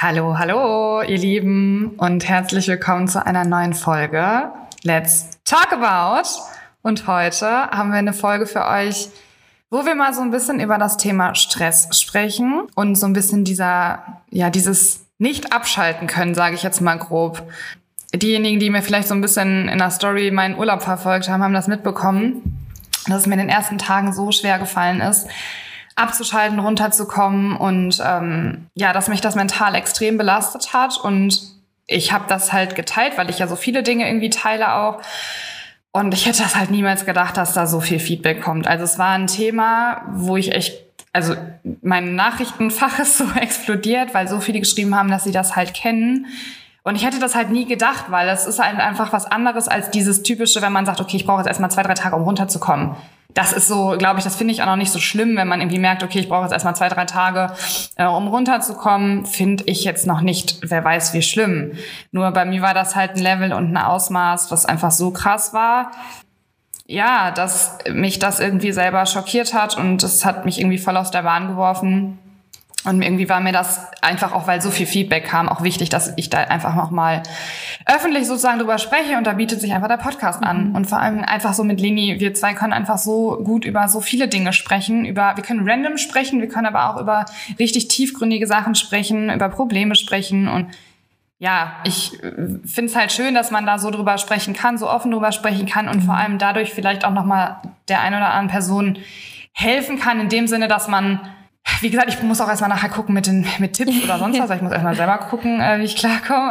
Hallo, hallo, ihr Lieben und herzlich willkommen zu einer neuen Folge Let's Talk About. Und heute haben wir eine Folge für euch, wo wir mal so ein bisschen über das Thema Stress sprechen und so ein bisschen dieses nicht abschalten können, sage ich jetzt mal grob. Diejenigen, die mir vielleicht so ein bisschen in der Story meinen Urlaub verfolgt haben, haben das mitbekommen, dass es mir in den ersten Tagen so schwer gefallen ist, abzuschalten, runterzukommen und dass mich das mental extrem belastet hat. Und ich habe das halt geteilt, weil ich ja so viele Dinge irgendwie teile auch. Und ich hätte das halt niemals gedacht, dass da so viel Feedback kommt. Also es war ein Thema, wo ich mein Nachrichtenfach ist so explodiert, weil so viele geschrieben haben, dass sie das halt kennen. Und ich hätte das halt nie gedacht, weil es ist halt einfach was anderes als dieses typische, wenn man sagt, okay, ich brauche jetzt erstmal 2-3 Tage, um runterzukommen. Das ist so, glaube ich, das finde ich auch noch nicht so schlimm, wenn man irgendwie merkt, okay, ich brauche jetzt erstmal 2-3 Tage, um runterzukommen, finde ich jetzt noch nicht, wer weiß wie schlimm. Nur bei mir war das halt ein Level und ein Ausmaß, was einfach so krass war, ja, dass mich das irgendwie selber schockiert hat und es hat mich irgendwie voll aus der Bahn geworfen. Und irgendwie war mir das einfach auch, weil so viel Feedback kam, auch wichtig, dass ich da einfach nochmal öffentlich sozusagen drüber spreche. Und da bietet sich einfach der Podcast an. Und vor allem einfach so mit Leni, wir zwei können einfach so gut über so viele Dinge sprechen. Wir können random sprechen, wir können aber auch über richtig tiefgründige Sachen sprechen, über Probleme sprechen. Und ja, ich finde es halt schön, dass man da so drüber sprechen kann, so offen drüber sprechen kann und vor allem dadurch vielleicht auch nochmal der einen oder anderen Person helfen kann, in dem Sinne, dass man, wie gesagt, ich muss auch erstmal nachher gucken mit Tipps oder sonst was. Ich muss erstmal selber gucken, wie ich klarkomme.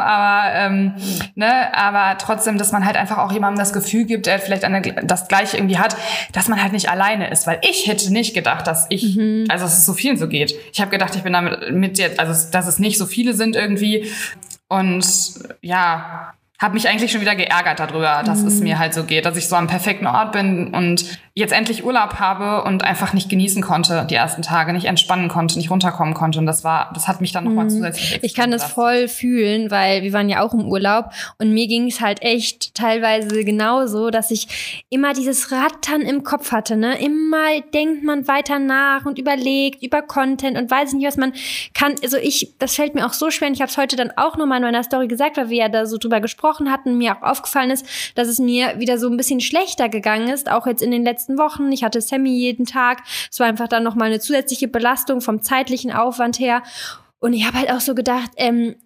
Aber trotzdem, dass man halt einfach auch jemandem das Gefühl gibt, der vielleicht das Gleiche irgendwie hat, dass man halt nicht alleine ist. Weil ich hätte nicht gedacht, dass dass es so vielen so geht. Ich habe gedacht, ich bin damit jetzt, also dass es nicht so viele sind irgendwie. Und ja, habe mich eigentlich schon wieder geärgert darüber, dass es mir halt so geht, dass ich so am perfekten Ort bin und jetzt endlich Urlaub habe und einfach nicht genießen konnte die ersten Tage, nicht entspannen konnte, nicht runterkommen konnte. Und das hat mich dann nochmal zusätzlich. Ich kann das voll fühlen, weil wir waren ja auch im Urlaub und mir ging es halt echt teilweise genauso, dass ich immer dieses Rattern im Kopf hatte, ne? Immer denkt man weiter nach und überlegt über Content und weiß nicht, was man kann. Also das fällt mir auch so schwer und ich habe es heute dann auch nochmal in meiner Story gesagt, weil wir ja da so drüber gesprochen hatten, mir auch aufgefallen ist, dass es mir wieder so ein bisschen schlechter gegangen ist, auch jetzt in den letzten Wochen. Ich hatte Sammy jeden Tag. Es war einfach dann nochmal eine zusätzliche Belastung vom zeitlichen Aufwand her. Und ich habe halt auch so gedacht, wir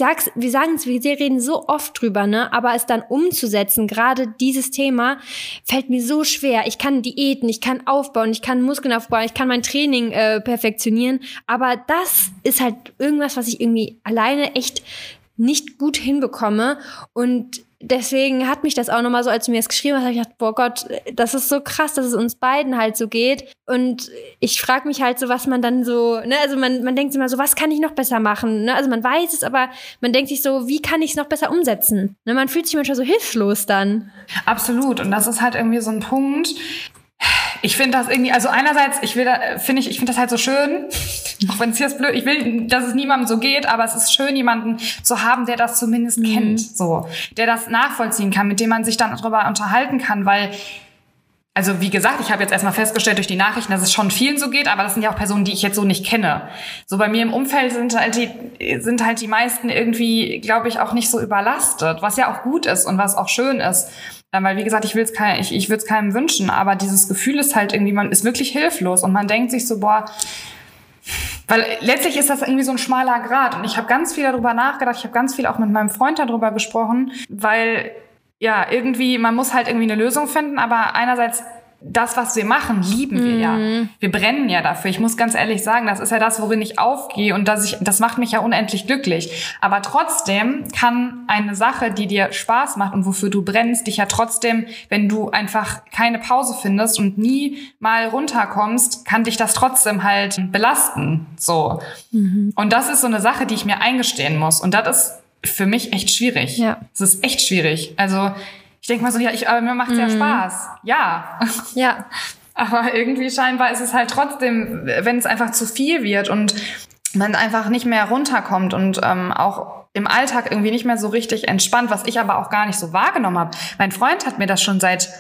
reden so oft drüber, ne? Aber es dann umzusetzen, gerade dieses Thema, fällt mir so schwer. Ich kann Diäten, ich kann aufbauen, ich kann Muskeln aufbauen, ich kann mein Training perfektionieren. Aber das ist halt irgendwas, was ich irgendwie alleine echt nicht gut hinbekomme. Und deswegen hat mich das auch nochmal so, als du mir das geschrieben hast, habe ich gedacht, boah Gott, das ist so krass, dass es uns beiden halt so geht. Und ich frage mich halt so, was man dann so, ne, also man denkt immer so, was kann ich noch besser machen? Ne? Also man weiß es, aber man denkt sich so, wie kann ich es noch besser umsetzen? Ne? Man fühlt sich manchmal so hilflos dann. Absolut. Und das ist halt irgendwie so ein Punkt. Ich finde das irgendwie, also einerseits, ich finde das halt so schön, auch wenn es jetzt blöd, ich will, dass es niemandem so geht, aber es ist schön, jemanden zu haben, der das zumindest kennt, so, der das nachvollziehen kann, mit dem man sich dann darüber unterhalten kann, weil, also wie gesagt, ich habe jetzt erstmal festgestellt durch die Nachrichten, dass es schon vielen so geht, aber das sind ja auch Personen, die ich jetzt so nicht kenne. So bei mir im Umfeld sind halt die meisten irgendwie, glaube ich, auch nicht so überlastet, was ja auch gut ist und was auch schön ist. Weil, wie gesagt, ich würde es keinem wünschen, aber dieses Gefühl ist halt irgendwie, man ist wirklich hilflos und man denkt sich so, boah, weil letztlich ist das irgendwie so ein schmaler Grat und ich habe ganz viel darüber nachgedacht, ich habe ganz viel auch mit meinem Freund darüber gesprochen, weil, ja, irgendwie, man muss halt irgendwie eine Lösung finden, aber einerseits das, was wir machen, lieben wir ja. Wir brennen ja dafür. Ich muss ganz ehrlich sagen, das ist ja das, worin ich aufgehe und das macht mich ja unendlich glücklich. Aber trotzdem kann eine Sache, die dir Spaß macht und wofür du brennst, dich ja trotzdem, wenn du einfach keine Pause findest und nie mal runterkommst, kann dich das trotzdem halt belasten. So. Und das ist so eine Sache, die ich mir eingestehen muss. Und das ist für mich echt schwierig. Ja. Es ist echt schwierig. Also, ich denke mal so, aber mir macht's ja Spaß. Ja. Ja. Aber irgendwie scheinbar ist es halt trotzdem, wenn es einfach zu viel wird und man einfach nicht mehr runterkommt und auch im Alltag irgendwie nicht mehr so richtig entspannt, was ich aber auch gar nicht so wahrgenommen habe. Mein Freund hat mir das schon seit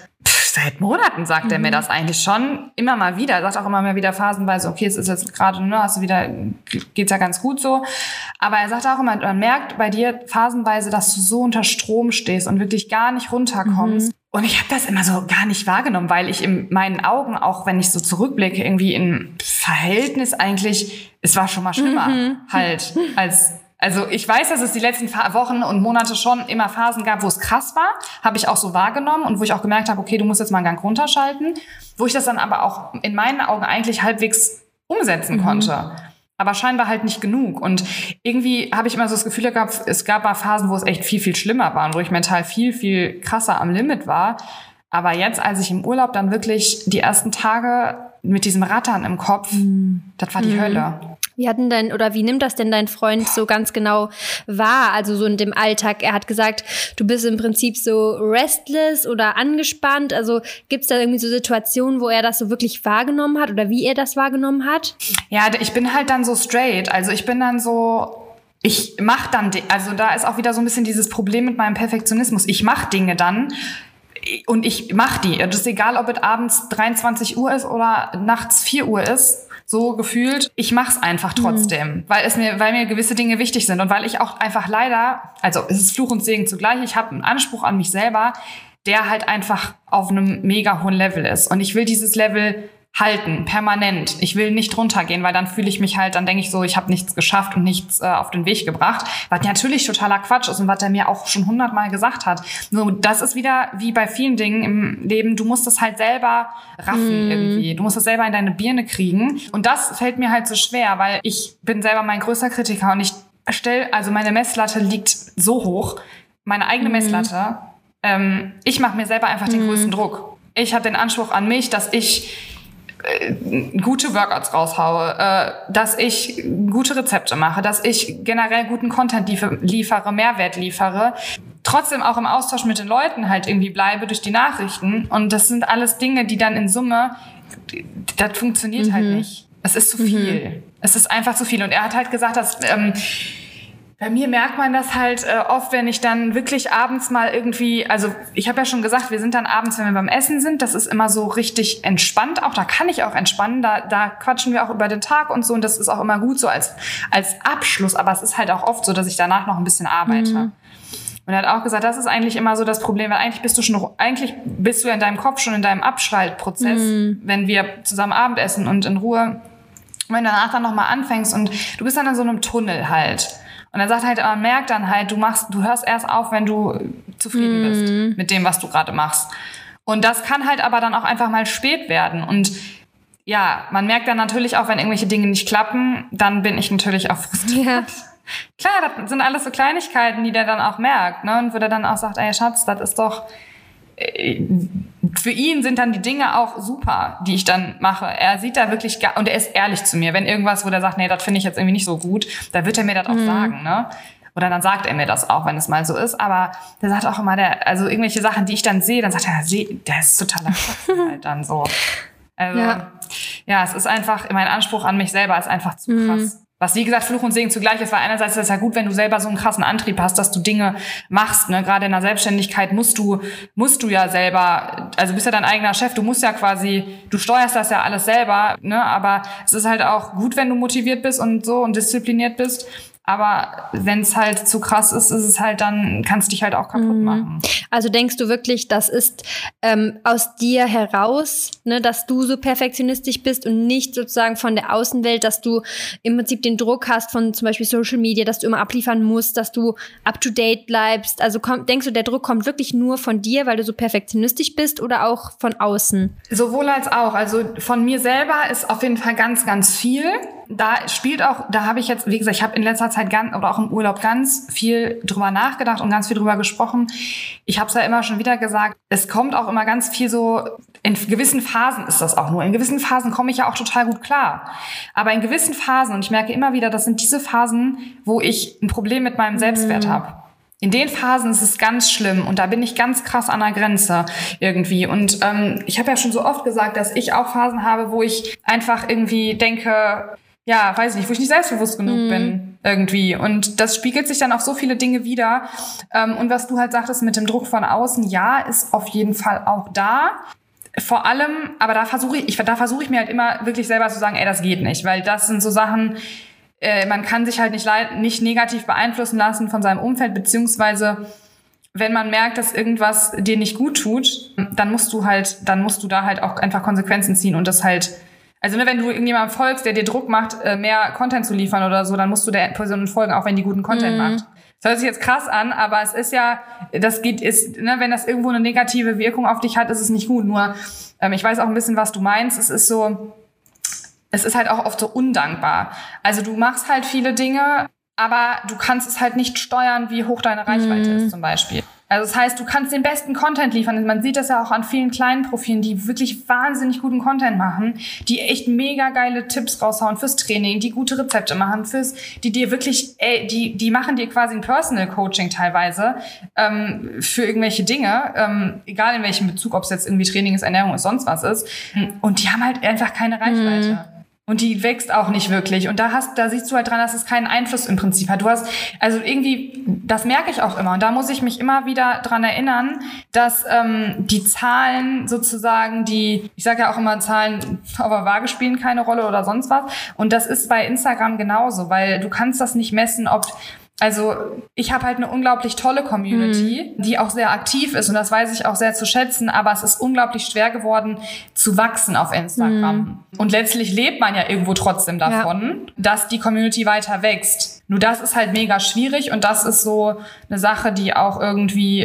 seit Monaten sagt er mir das eigentlich schon immer mal wieder. Er sagt auch immer mal wieder phasenweise, okay, es ist jetzt gerade, geht's ja ganz gut so. Aber er sagt auch immer, man merkt bei dir phasenweise, dass du so unter Strom stehst und wirklich gar nicht runterkommst. Und ich habe das immer so gar nicht wahrgenommen, weil ich in meinen Augen, auch wenn ich so zurückblicke, irgendwie im Verhältnis eigentlich, es war schon mal schlimmer halt also ich weiß, dass es die letzten Wochen und Monate schon immer Phasen gab, wo es krass war, habe ich auch so wahrgenommen und wo ich auch gemerkt habe, okay, du musst jetzt mal einen Gang runterschalten, wo ich das dann aber auch in meinen Augen eigentlich halbwegs umsetzen konnte. Aber scheinbar halt nicht genug. Und irgendwie habe ich immer so das Gefühl gehabt, es gab mal Phasen, wo es echt viel, viel schlimmer war und wo ich mental viel, viel krasser am Limit war. Aber jetzt, als ich im Urlaub dann wirklich die ersten Tage mit diesem Rattern im Kopf, das war die Hölle. Wie nimmt das denn dein Freund so ganz genau wahr, also so in dem Alltag? Er hat gesagt, du bist im Prinzip so restless oder angespannt. Also gibt es da irgendwie so Situationen, wo er das so wirklich wahrgenommen hat oder wie er das wahrgenommen hat? Ja, ich bin halt dann so straight. Also ich bin dann so, ich mach dann, also da ist auch wieder so ein bisschen dieses Problem mit meinem Perfektionismus. Ich mache Dinge dann und ich mache die. Das ist egal, ob es abends 23 Uhr ist oder nachts 4 Uhr ist. So gefühlt, ich mach's einfach trotzdem, weil mir gewisse Dinge wichtig sind und weil ich auch einfach leider, also es ist Fluch und Segen zugleich, ich habe einen Anspruch an mich selber, der halt einfach auf einem mega hohen Level ist und ich will dieses Level halten, permanent. Ich will nicht runtergehen, weil dann fühle ich mich halt, dann denke ich so, ich habe nichts geschafft und nichts auf den Weg gebracht, was natürlich totaler Quatsch ist und was er mir auch schon 100-mal gesagt hat. Nur das ist wieder wie bei vielen Dingen im Leben, du musst es halt selber raffen irgendwie. Du musst es selber in deine Birne kriegen und das fällt mir halt so schwer, weil ich bin selber mein größter Kritiker und also meine Messlatte liegt so hoch, meine eigene Messlatte. Ich mache mir selber einfach den größten Druck. Ich habe den Anspruch an mich, dass ich gute Workouts raushaue, dass ich gute Rezepte mache, dass ich generell guten Content liefere, Mehrwert liefere, trotzdem auch im Austausch mit den Leuten halt irgendwie bleibe durch die Nachrichten. Und das sind alles Dinge, die dann in Summe, das funktioniert halt nicht. Es ist zu viel. Es ist einfach zu viel. Und er hat halt gesagt, dass bei mir merkt man das halt oft, wenn ich dann wirklich abends mal irgendwie, also ich habe ja schon gesagt, wir sind dann abends, wenn wir beim Essen sind, das ist immer so richtig entspannt, auch da kann ich auch entspannen, da quatschen wir auch über den Tag und so und das ist auch immer gut so als Abschluss, aber es ist halt auch oft so, dass ich danach noch ein bisschen arbeite. Und er hat auch gesagt, das ist eigentlich immer so das Problem, weil eigentlich bist du in deinem Kopf schon in deinem Abschaltprozess, wenn wir zusammen Abendessen und in Ruhe, wenn du danach dann nochmal anfängst und du bist dann in so einem Tunnel halt. Und er sagt halt, man merkt dann halt, du hörst erst auf, wenn du zufrieden bist mit dem, was du gerade machst. Und das kann halt aber dann auch einfach mal spät werden. Und ja, man merkt dann natürlich auch, wenn irgendwelche Dinge nicht klappen, dann bin ich natürlich auch frustriert. Ja. Klar, das sind alles so Kleinigkeiten, die der dann auch merkt, ne? Und wo der dann auch sagt, ey Schatz, das ist doch, für ihn sind dann die Dinge auch super, die ich dann mache. Er sieht da wirklich, und er ist ehrlich zu mir. Wenn irgendwas, wo der sagt, nee, das finde ich jetzt irgendwie nicht so gut, da wird er mir das auch sagen, ne? Oder dann sagt er mir das auch, wenn es mal so ist. Aber der sagt auch immer, also irgendwelche Sachen, die ich dann sehe, dann sagt er, der ist totaler Kopf halt dann so. Also, ja, es ist einfach, mein Anspruch an mich selber ist einfach zu krass. Was, wie gesagt, Fluch und Segen zugleich ist, weil einerseits ist es ja gut, wenn du selber so einen krassen Antrieb hast, dass du Dinge machst, ne? Gerade in der Selbstständigkeit musst du ja selber, also bist ja dein eigener Chef, du musst ja quasi, du steuerst das ja alles selber, ne? Aber es ist halt auch gut, wenn du motiviert bist und so und diszipliniert bist. Aber wenn es halt zu krass ist, ist es halt dann, kannst du dich halt auch kaputt machen. Also denkst du wirklich, das ist aus dir heraus, ne, dass du so perfektionistisch bist und nicht sozusagen von der Außenwelt, dass du im Prinzip den Druck hast von zum Beispiel Social Media, dass du immer abliefern musst, dass du up-to-date bleibst? Also denkst du, der Druck kommt wirklich nur von dir, weil du so perfektionistisch bist oder auch von außen? Sowohl als auch. Also von mir selber ist auf jeden Fall ganz, ganz viel. Da habe ich jetzt, wie gesagt, ich habe in letzter Zeit oder auch im Urlaub ganz viel drüber nachgedacht und ganz viel drüber gesprochen. Ich habe es ja immer schon wieder gesagt, es kommt auch immer ganz viel so, in gewissen Phasen ist das auch nur. In gewissen Phasen komme ich ja auch total gut klar. Aber in gewissen Phasen, und ich merke immer wieder, das sind diese Phasen, wo ich ein Problem mit meinem Selbstwert habe. In den Phasen ist es ganz schlimm und da bin ich ganz krass an der Grenze irgendwie. Und ich habe ja schon so oft gesagt, dass ich auch Phasen habe, wo ich einfach irgendwie denke, ja, weiß ich nicht, wo ich nicht selbstbewusst genug bin irgendwie. Und das spiegelt sich dann auf so viele Dinge wider. Und was du halt sagtest mit dem Druck von außen, ja, ist auf jeden Fall auch da. vor allem, aber da versuche ich mir halt immer wirklich selber zu sagen, ey, das geht nicht, weil das sind so Sachen, man kann sich halt nicht negativ beeinflussen lassen von seinem Umfeld, beziehungsweise wenn man merkt, dass irgendwas dir nicht gut tut, dann musst du da halt auch einfach Konsequenzen ziehen und das halt, also wenn du irgendjemandem folgst, der dir Druck macht, mehr Content zu liefern oder so, dann musst du der Person folgen, auch wenn die guten Content macht. Das hört sich jetzt krass an, aber es ist ja, wenn das irgendwo eine negative Wirkung auf dich hat, ist es nicht gut. Nur, ich weiß auch ein bisschen, was du meinst. Es ist halt auch oft so undankbar. Also du machst halt viele Dinge, aber du kannst es halt nicht steuern, wie hoch deine Reichweite ist zum Beispiel. Also das heißt, du kannst den besten Content liefern. Man sieht das ja auch an vielen kleinen Profilen, die wirklich wahnsinnig guten Content machen, die echt mega geile Tipps raushauen fürs Training, die gute Rezepte machen, die dir wirklich, die machen dir quasi ein Personal Coaching teilweise für irgendwelche Dinge, egal in welchem Bezug, ob es jetzt irgendwie Training ist, Ernährung ist, sonst was ist. Und die haben halt einfach keine Reichweite. Und die wächst auch nicht wirklich. Und da siehst du halt dran, dass es keinen Einfluss im Prinzip hat. Also irgendwie, das merke ich auch immer. Und da muss ich mich immer wieder dran erinnern, dass die Zahlen sozusagen, ich sage ja auch immer, Zahlen auf der Waage spielen keine Rolle oder sonst was. Und das ist bei Instagram genauso, weil du kannst das nicht messen, also ich habe halt eine unglaublich tolle Community, die auch sehr aktiv ist und das weiß ich auch sehr zu schätzen, aber es ist unglaublich schwer geworden zu wachsen auf Instagram. Und letztlich lebt man ja irgendwo trotzdem davon, dass die Community weiter wächst. Nur das ist halt mega schwierig und das ist so eine Sache, die auch irgendwie,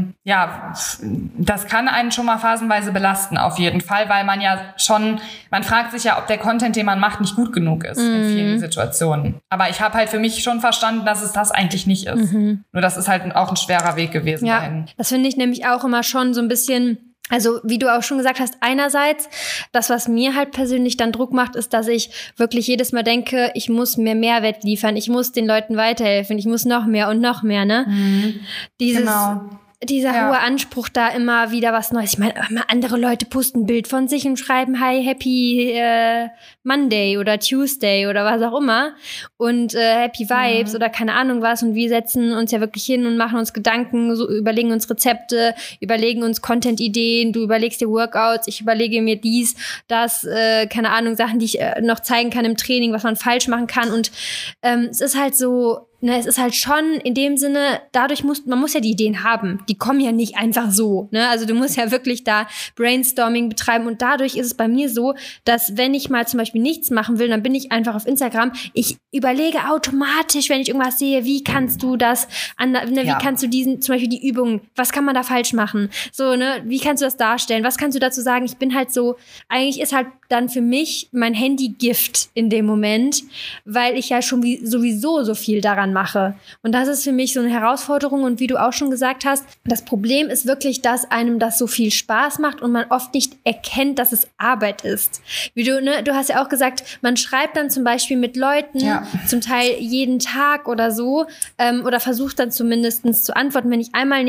das kann einen schon mal phasenweise belasten auf jeden Fall, weil man fragt sich ja, ob der Content, den man macht, nicht gut genug ist in vielen Situationen. Aber ich habe halt für mich schon verstanden, dass es das eigentlich nicht ist. Nur das ist halt auch ein schwerer Weg gewesen dahin. Das finde ich nämlich auch immer schon so ein bisschen. Also wie du auch schon gesagt hast, einerseits, das, was mir halt persönlich dann Druck macht, ist, dass ich wirklich jedes Mal denke, ich muss mehr Mehrwert liefern, ich muss den Leuten weiterhelfen, ich muss noch mehr und noch mehr, ne? Dieser hohe Anspruch, da immer wieder was Neues. Ich meine, andere Leute posten ein Bild von sich und schreiben Hi, Happy Monday oder Tuesday oder was auch immer und Happy Vibes oder keine Ahnung was und wir setzen uns ja wirklich hin und machen uns Gedanken, so überlegen uns Rezepte, überlegen uns Content-Ideen, du überlegst dir Workouts, ich überlege mir dies, das, keine Ahnung, Sachen, die ich noch zeigen kann im Training, was man falsch machen kann und es ist halt so, es ist halt schon in dem Sinne, man muss ja die Ideen haben. Die kommen ja nicht einfach so, ne? Also du musst ja wirklich da Brainstorming betreiben und dadurch ist es bei mir so, dass wenn ich mal zum Beispiel nichts machen will, dann bin ich einfach auf Instagram. Ich überlege automatisch, wenn ich irgendwas sehe, wie kannst du das, wie kannst du zum Beispiel die Übung, was kann man da falsch machen? So, ne? Wie kannst du das darstellen? Was kannst du dazu sagen? Ich bin halt so, eigentlich ist halt dann für mich mein Handy Gift in dem Moment, weil ich ja schon sowieso so viel daran mache. Und das ist für mich so eine Herausforderung und wie du auch schon gesagt hast, das Problem ist wirklich, dass einem das so viel Spaß macht und man oft nicht erkennt, dass es Arbeit ist. Du hast ja auch gesagt, man schreibt dann zum Beispiel mit Leuten, zum Teil jeden Tag oder so, oder versucht dann zumindest zu antworten. Wenn ich einmal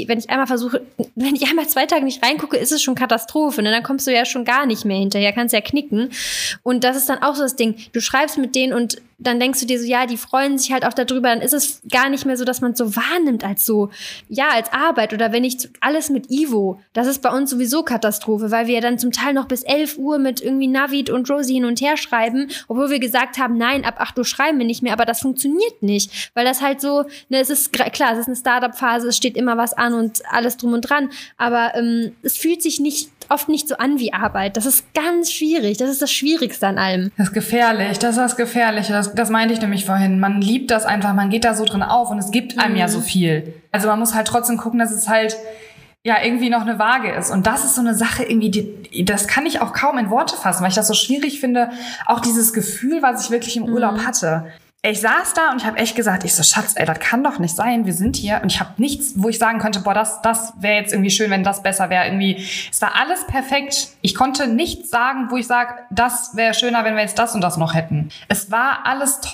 2 Tage nicht reingucke, ist es schon Katastrophe. Ne? Dann kommst du ja schon gar nicht mehr hinterher, kannst ja knicken. Und das ist dann auch so das Ding. Du schreibst mit denen und dann denkst du dir so, ja, die freuen sich halt auch darüber, dann ist es gar nicht mehr so, dass man es so wahrnimmt als Arbeit. Oder wenn ich alles mit Ivo, das ist bei uns sowieso Katastrophe, weil wir ja dann zum Teil noch bis 11 Uhr mit irgendwie Navid und Rosie hin und her schreiben, obwohl wir gesagt haben, nein, ab 8 Uhr schreiben wir nicht mehr, aber das funktioniert nicht, weil das halt so, ne, es ist klar, es ist eine Startup-Phase, es steht immer was an und alles drum und dran, aber es fühlt sich oft nicht so an wie Arbeit. Das ist ganz schwierig. Das ist das Schwierigste an allem. Das ist gefährlich. Das ist das Gefährliche. Das meinte ich nämlich vorhin. Man liebt das einfach. Man geht da so drin auf und es gibt einem ja so viel. Also man muss halt trotzdem gucken, dass es halt irgendwie noch eine Waage ist. Und das ist so eine Sache irgendwie, das kann ich auch kaum in Worte fassen, weil ich das so schwierig finde. Auch dieses Gefühl, was ich wirklich im Urlaub hatte. Ich saß da und ich habe echt gesagt, ich so, Schatz, ey, das kann doch nicht sein. Wir sind hier und ich habe nichts, wo ich sagen könnte, boah, das wäre jetzt irgendwie schön, wenn das besser wäre. Irgendwie, es war alles perfekt. Ich konnte nichts sagen, wo ich sage, das wäre schöner, wenn wir jetzt das und das noch hätten. Es war alles top.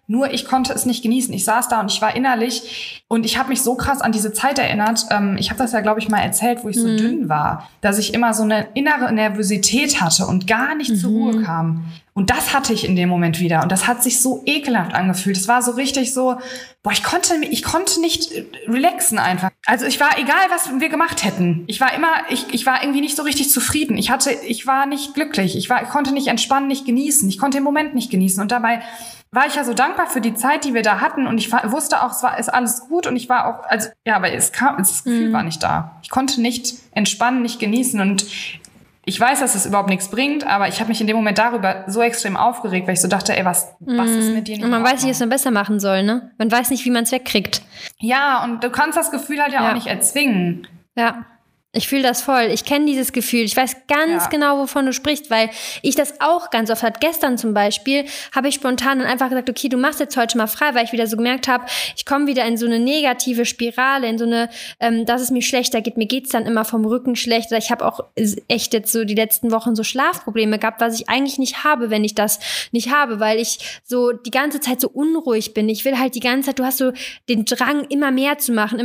nur ich konnte es nicht genießen. Ich saß da und ich war innerlich und ich habe mich so krass an diese Zeit erinnert. Ich habe das ja, glaube ich, mal erzählt, wo ich so dünn war, dass ich immer so eine innere Nervosität hatte und gar nicht zur Ruhe kam. Und das hatte ich in dem Moment wieder. Und das hat sich so ekelhaft angefühlt. Es war so richtig so, ich konnte nicht relaxen einfach. Also ich war, egal was wir gemacht hätten, ich war irgendwie nicht so richtig zufrieden. Ich war nicht glücklich. Ich konnte nicht entspannen, nicht genießen. Ich konnte den Moment nicht genießen. Und dabei war ich ja so dankbar für die Zeit, die wir da hatten. Und ich wusste auch, ist alles gut. Und ich war auch, aber das Gefühl war nicht da. Ich konnte nicht entspannen, nicht genießen. Und ich weiß, dass es überhaupt nichts bringt, aber ich habe mich in dem Moment darüber so extrem aufgeregt, weil ich so dachte, ey, was ist mit dir nicht? Und man weiß nicht, was man besser machen soll, ne? Man weiß nicht, wie man es wegkriegt. Ja, und du kannst das Gefühl halt ja auch nicht erzwingen. Ja. Ich fühle das voll. Ich kenne dieses Gefühl. Ich weiß ganz genau, wovon du sprichst, weil ich das auch ganz oft hatte. Gestern zum Beispiel habe ich spontan dann einfach gesagt, okay, du machst jetzt heute mal frei, weil ich wieder so gemerkt habe, ich komme wieder in so eine negative Spirale, in so eine, dass es mir schlechter geht. Mir geht's dann immer vom Rücken schlechter. Ich habe auch echt jetzt so die letzten Wochen so Schlafprobleme gehabt, was ich eigentlich nicht habe, wenn ich das nicht habe, weil ich so die ganze Zeit so unruhig bin. Ich will halt die ganze Zeit, du hast so den Drang, immer mehr zu machen,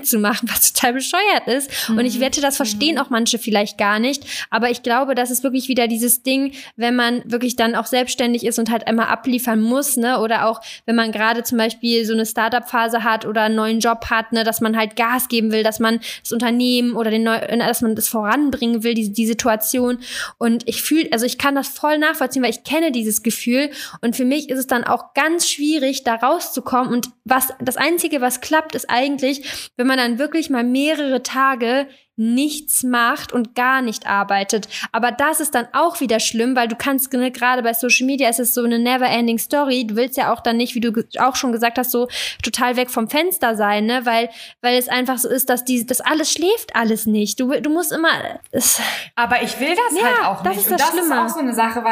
was total bescheuert ist. Und ich wette, das verstehen auch manche vielleicht gar nicht, aber ich glaube, das ist wirklich wieder dieses Ding, wenn man wirklich dann auch selbstständig ist und halt einmal abliefern muss, ne, oder auch, wenn man gerade zum Beispiel so eine Startup-Phase hat oder einen neuen Job hat, ne, dass man halt Gas geben will, dass man das Unternehmen oder dass man das voranbringen will, die Situation, und ich kann das voll nachvollziehen, weil ich kenne dieses Gefühl, und für mich ist es dann auch ganz schwierig, da rauszukommen, und das Einzige, was klappt, ist eigentlich, wenn man dann wirklich mal mehrere Tage nichts macht und gar nicht arbeitet. Aber das ist dann auch wieder schlimm, weil du kannst, gerade bei Social Media ist es so eine never-ending Story. Du willst ja auch dann nicht, wie du auch schon gesagt hast, so total weg vom Fenster sein, ne? Weil es einfach so ist, dass das alles schläft alles nicht. Du musst immer... Aber ich will das halt auch nicht. Das ist das Schlimme. Ist auch so eine Sache,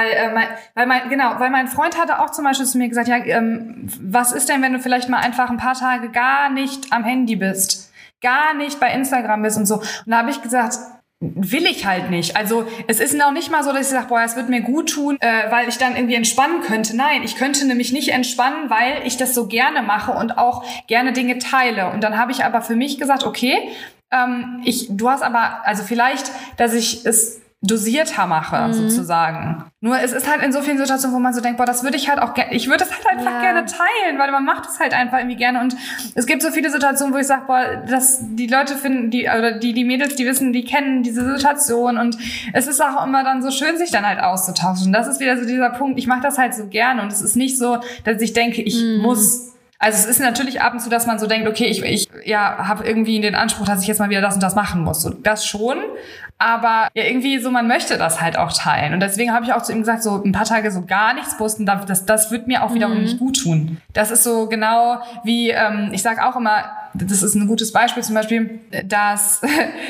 weil mein Freund hatte auch zum Beispiel zu mir gesagt, ja, was ist denn, wenn du vielleicht mal einfach ein paar Tage gar nicht am Handy bist? Gar nicht bei Instagram bist und so. Und da habe ich gesagt, will ich halt nicht. Also es ist noch nicht mal so, dass ich sage, es wird mir gut tun, weil ich dann irgendwie entspannen könnte. Nein, ich könnte nämlich nicht entspannen, weil ich das so gerne mache und auch gerne Dinge teile. Und dann habe ich aber für mich gesagt, okay, du hast aber, also vielleicht, dass ich es dosierter mache, sozusagen. Nur es ist halt in so vielen Situationen, wo man so denkt, das würde ich halt auch gerne, ich würde es halt einfach gerne teilen, weil man macht es halt einfach irgendwie gerne. Und es gibt so viele Situationen, wo ich sage, dass die Leute finden, die Mädels, die wissen, die kennen diese Situation, und es ist auch immer dann so schön, sich dann halt auszutauschen. Und das ist wieder so dieser Punkt, ich mache das halt so gerne, und es ist nicht so, dass ich denke, ich muss. Also es ist natürlich ab und zu, dass man so denkt, okay, ich habe irgendwie den Anspruch, dass ich jetzt mal wieder das und das machen muss. So, das schon, aber ja, irgendwie so, man möchte das halt auch teilen. Und deswegen habe ich auch zu ihm gesagt, so ein paar Tage so gar nichts posten, das wird mir auch wiederum nicht gut tun. Das ist so genau wie, ich sage auch immer, das ist ein gutes Beispiel zum Beispiel, dass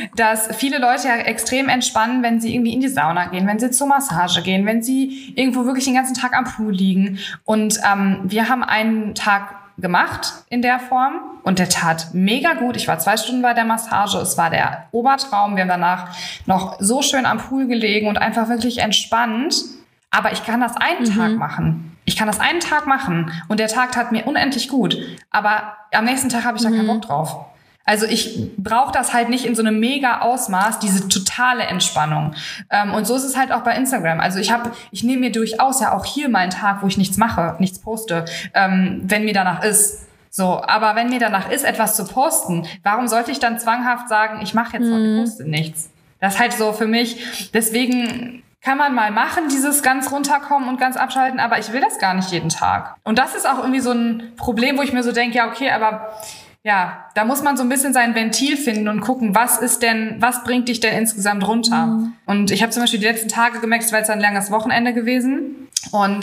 viele Leute ja extrem entspannen, wenn sie irgendwie in die Sauna gehen, wenn sie zur Massage gehen, wenn sie irgendwo wirklich den ganzen Tag am Pool liegen. Und wir haben einen Tag gemacht in der Form, und der tat mega gut. Ich war 2 Stunden bei der Massage, es war der Obertraum. Wir haben danach noch so schön am Pool gelegen und einfach wirklich entspannt. Aber ich kann das einen Tag machen. Ich kann das einen Tag machen, und der Tag tat mir unendlich gut. Aber am nächsten Tag habe ich da keinen Bock drauf. Also ich brauche das halt nicht in so einem mega Ausmaß, diese totale Entspannung. Und so ist es halt auch bei Instagram. Also ich nehme mir durchaus ja auch hier mal einen Tag, wo ich nichts mache, nichts poste, wenn mir danach ist. So, aber wenn mir danach ist, etwas zu posten, warum sollte ich dann zwanghaft sagen, ich mache jetzt heute, poste nichts? Das ist halt so für mich, deswegen kann man mal machen, dieses ganz runterkommen und ganz abschalten, aber ich will das gar nicht jeden Tag. Und das ist auch irgendwie so ein Problem, wo ich mir so denke, ja, okay, aber ja, da muss man so ein bisschen sein Ventil finden und gucken, was bringt dich denn insgesamt runter? Und ich habe zum Beispiel die letzten Tage gemerkt, es war jetzt ein langes Wochenende gewesen. Und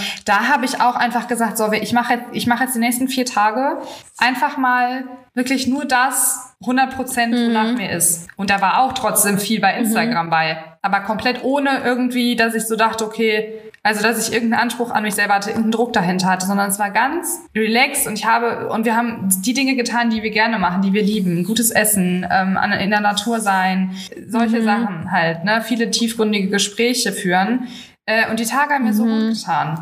da habe ich auch einfach gesagt, so, ich mache jetzt die nächsten 4 Tage einfach mal wirklich nur das 100%, wonach mir ist. Und da war auch trotzdem viel bei Instagram bei. Aber komplett ohne irgendwie, dass ich so dachte, okay, also dass ich irgendeinen Anspruch an mich selber hatte, irgendeinen Druck dahinter hatte, sondern es war ganz relaxed, und wir haben die Dinge getan, die wir gerne machen, die wir lieben. Gutes Essen, in der Natur sein, solche Sachen halt, ne? Viele tiefgründige Gespräche führen. Und die Tage haben mir so gut getan.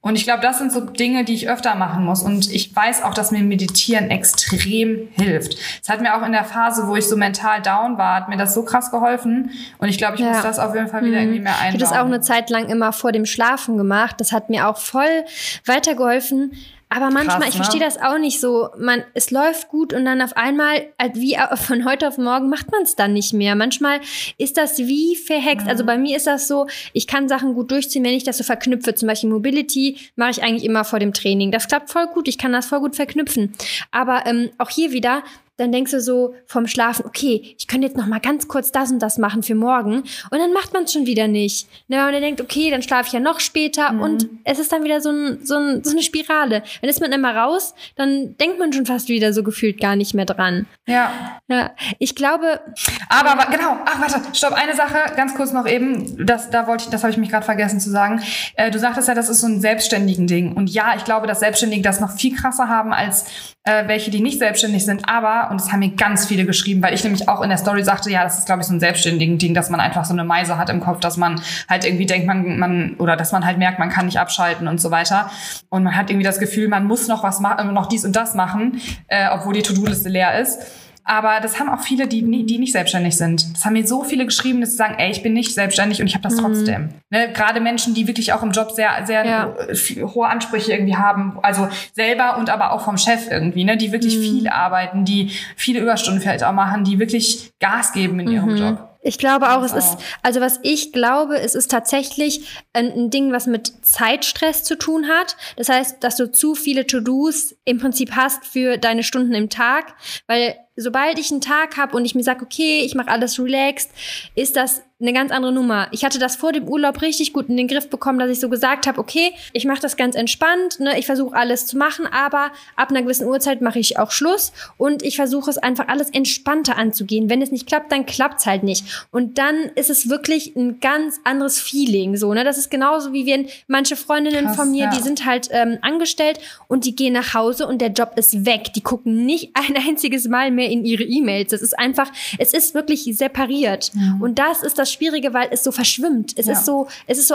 Und ich glaube, das sind so Dinge, die ich öfter machen muss. Und ich weiß auch, dass mir Meditieren extrem hilft. Es hat mir auch in der Phase, wo ich so mental down war, hat mir das so krass geholfen. Und ich glaube, ich muss das auf jeden Fall wieder irgendwie mehr einbauen. Ich habe das auch eine Zeit lang immer vor dem Schlafen gemacht. Das hat mir auch voll weitergeholfen. Aber manchmal, krass, ich verstehe das auch nicht so. Es läuft gut und dann auf einmal, wie von heute auf morgen, macht man es dann nicht mehr. Manchmal ist das wie verhext. Also bei mir ist das so, ich kann Sachen gut durchziehen, wenn ich das so verknüpfe. Zum Beispiel Mobility mache ich eigentlich immer vor dem Training. Das klappt voll gut, ich kann das voll gut verknüpfen. Aber auch hier wieder, dann denkst du so vom Schlafen, okay, ich könnte jetzt noch mal ganz kurz das und das machen für morgen. Und dann macht man es schon wieder nicht. Und dann denkt, okay, dann schlafe ich ja noch später. Und es ist dann wieder so eine Spirale. Dann ist man immer raus, dann denkt man schon fast wieder so gefühlt gar nicht mehr dran. Ja. Ich glaube... Aber genau, warte, stopp, eine Sache, ganz kurz noch eben, das habe ich mich gerade vergessen zu sagen. Du sagtest ja, das ist so ein selbstständigen Ding. Und ja, ich glaube, dass Selbstständige das noch viel krasser haben als welche, die nicht selbstständig sind. Aber, und das haben mir ganz viele geschrieben, weil ich nämlich auch in der Story sagte, ja, das ist, glaube ich, so ein selbstständigen Ding, dass man einfach so eine Meise hat im Kopf, dass man halt irgendwie denkt, oder dass man halt merkt, man kann nicht abschalten und so weiter. Und man hat irgendwie das Gefühl, man muss noch was machen, noch dies und das machen, obwohl die To-Do-Liste leer ist. Aber das haben auch viele, die nicht selbstständig sind. Das haben mir so viele geschrieben, dass sie sagen, ey, ich bin nicht selbstständig und ich habe das trotzdem. Ne? Gerade Menschen, die wirklich auch im Job sehr, sehr hohe Ansprüche irgendwie haben. Also selber und aber auch vom Chef irgendwie, ne? Die wirklich viel arbeiten, die viele Überstunden vielleicht auch machen, die wirklich Gas geben in ihrem Job. Ich glaube auch, was ich glaube, es ist tatsächlich ein Ding, was mit Zeitstress zu tun hat. Das heißt, dass du zu viele To-Dos im Prinzip hast für deine Stunden im Tag, weil sobald ich einen Tag habe und ich mir sage, okay, ich mache alles relaxed, ist das eine ganz andere Nummer. Ich hatte das vor dem Urlaub richtig gut in den Griff bekommen, dass ich so gesagt habe, okay, ich mache das ganz entspannt, ne? Ich versuche alles zu machen, aber ab einer gewissen Uhrzeit mache ich auch Schluss und ich versuche es einfach alles entspannter anzugehen. Wenn es nicht klappt, dann klappt es halt nicht. Und dann ist es wirklich ein ganz anderes Feeling. So, ne? Das ist genauso wie wenn manche Freundinnen von mir, die sind halt angestellt und die gehen nach Hause und der Job ist weg. Die gucken nicht ein einziges Mal mehr in ihre E-Mails. Das ist einfach, es ist wirklich separiert. Und das ist das Schwierige, weil es so verschwimmt. Es ist so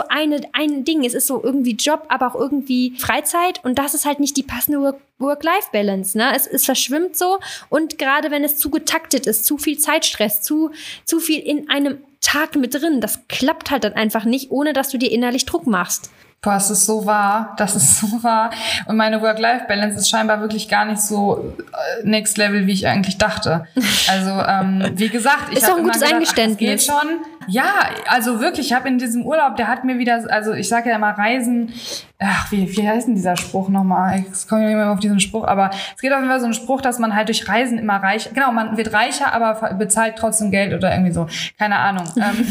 ein Ding. Es ist so irgendwie Job, aber auch irgendwie Freizeit. Und das ist halt nicht die passende Work-Life-Balance. Ne? Es verschwimmt so. Und gerade wenn es zu getaktet ist, zu viel Zeitstress, zu viel in einem Tag mit drin, das klappt halt dann einfach nicht, ohne dass du dir innerlich Druck machst. Boah, das ist so wahr. Und meine Work-Life-Balance ist scheinbar wirklich gar nicht so next level, wie ich eigentlich dachte. Also, wie gesagt, ich habe immer gedacht, Eingeständnis. Das geht schon. Ja, also wirklich, ich habe in diesem Urlaub, der hat mir wieder, also ich sage ja immer Reisen, wie heißt denn dieser Spruch nochmal? Ich komme nicht mehr auf diesen Spruch, aber es geht auf jeden Fall so ein Spruch, dass man halt durch Reisen immer reicher, genau, man wird reicher, aber bezahlt trotzdem Geld oder irgendwie so. Keine Ahnung.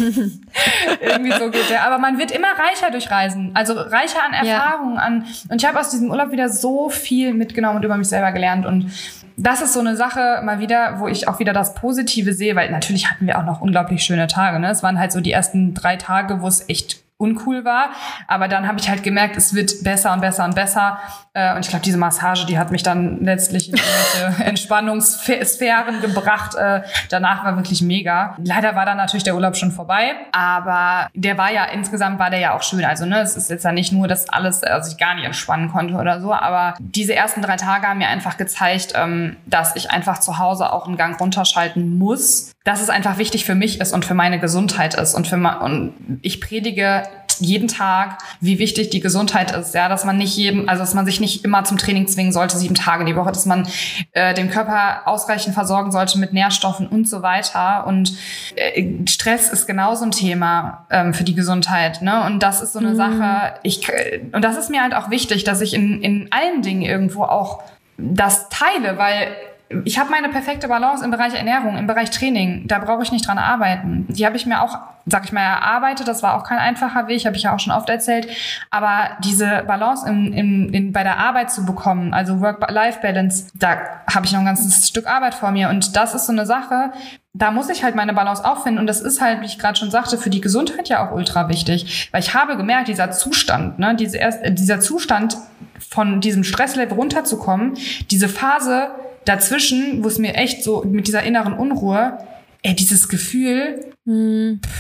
Irgendwie so geht der. Aber man wird immer reicher durch Reisen. Also reicher an Erfahrungen, und ich habe aus diesem Urlaub wieder so viel mitgenommen und über mich selber gelernt. Und das ist so eine Sache mal wieder, wo ich auch wieder das Positive sehe, weil natürlich hatten wir auch noch unglaublich schöne Tage. Ne? Es waren halt so die ersten 3 Tage, wo es echt uncool war, aber dann habe ich halt gemerkt, es wird besser und besser und besser, und ich glaube, diese Massage, die hat mich dann letztlich in irgendwelche Entspannungssphären gebracht. Danach war wirklich mega. Leider war dann natürlich der Urlaub schon vorbei, aber insgesamt war der ja auch schön, also ne, es ist jetzt ja nicht nur, dass ich gar nicht entspannen konnte oder so, aber diese ersten 3 Tage haben mir einfach gezeigt, dass ich einfach zu Hause auch einen Gang runterschalten muss, dass es einfach wichtig für mich ist und für meine Gesundheit ist und ich predige jeden Tag, wie wichtig die Gesundheit ist, ja, dass man dass man sich nicht immer zum Training zwingen sollte, 7 Tage die Woche, dass man den Körper ausreichend versorgen sollte mit Nährstoffen und so weiter. Und Stress ist genauso ein Thema für die Gesundheit, ne? Und das ist so eine Sache, und das ist mir halt auch wichtig, dass ich in allen Dingen irgendwo auch das teile, weil ich habe meine perfekte Balance im Bereich Ernährung, im Bereich Training. Da brauche ich nicht dran arbeiten. Die habe ich mir auch, sag ich mal, erarbeitet. Das war auch kein einfacher Weg, habe ich ja auch schon oft erzählt. Aber diese Balance bei der Arbeit zu bekommen, also Work-Life-Balance, da habe ich noch ein ganzes Stück Arbeit vor mir. Und das ist so eine Sache, da muss ich halt meine Balance auffinden. Und das ist halt, wie ich gerade schon sagte, für die Gesundheit ja auch ultra wichtig. Weil ich habe gemerkt, dieser Zustand, ne, dieser Zustand von diesem Stresslevel runterzukommen, diese Phase dazwischen, wo es mir echt so mit dieser inneren Unruhe, dieses Gefühl,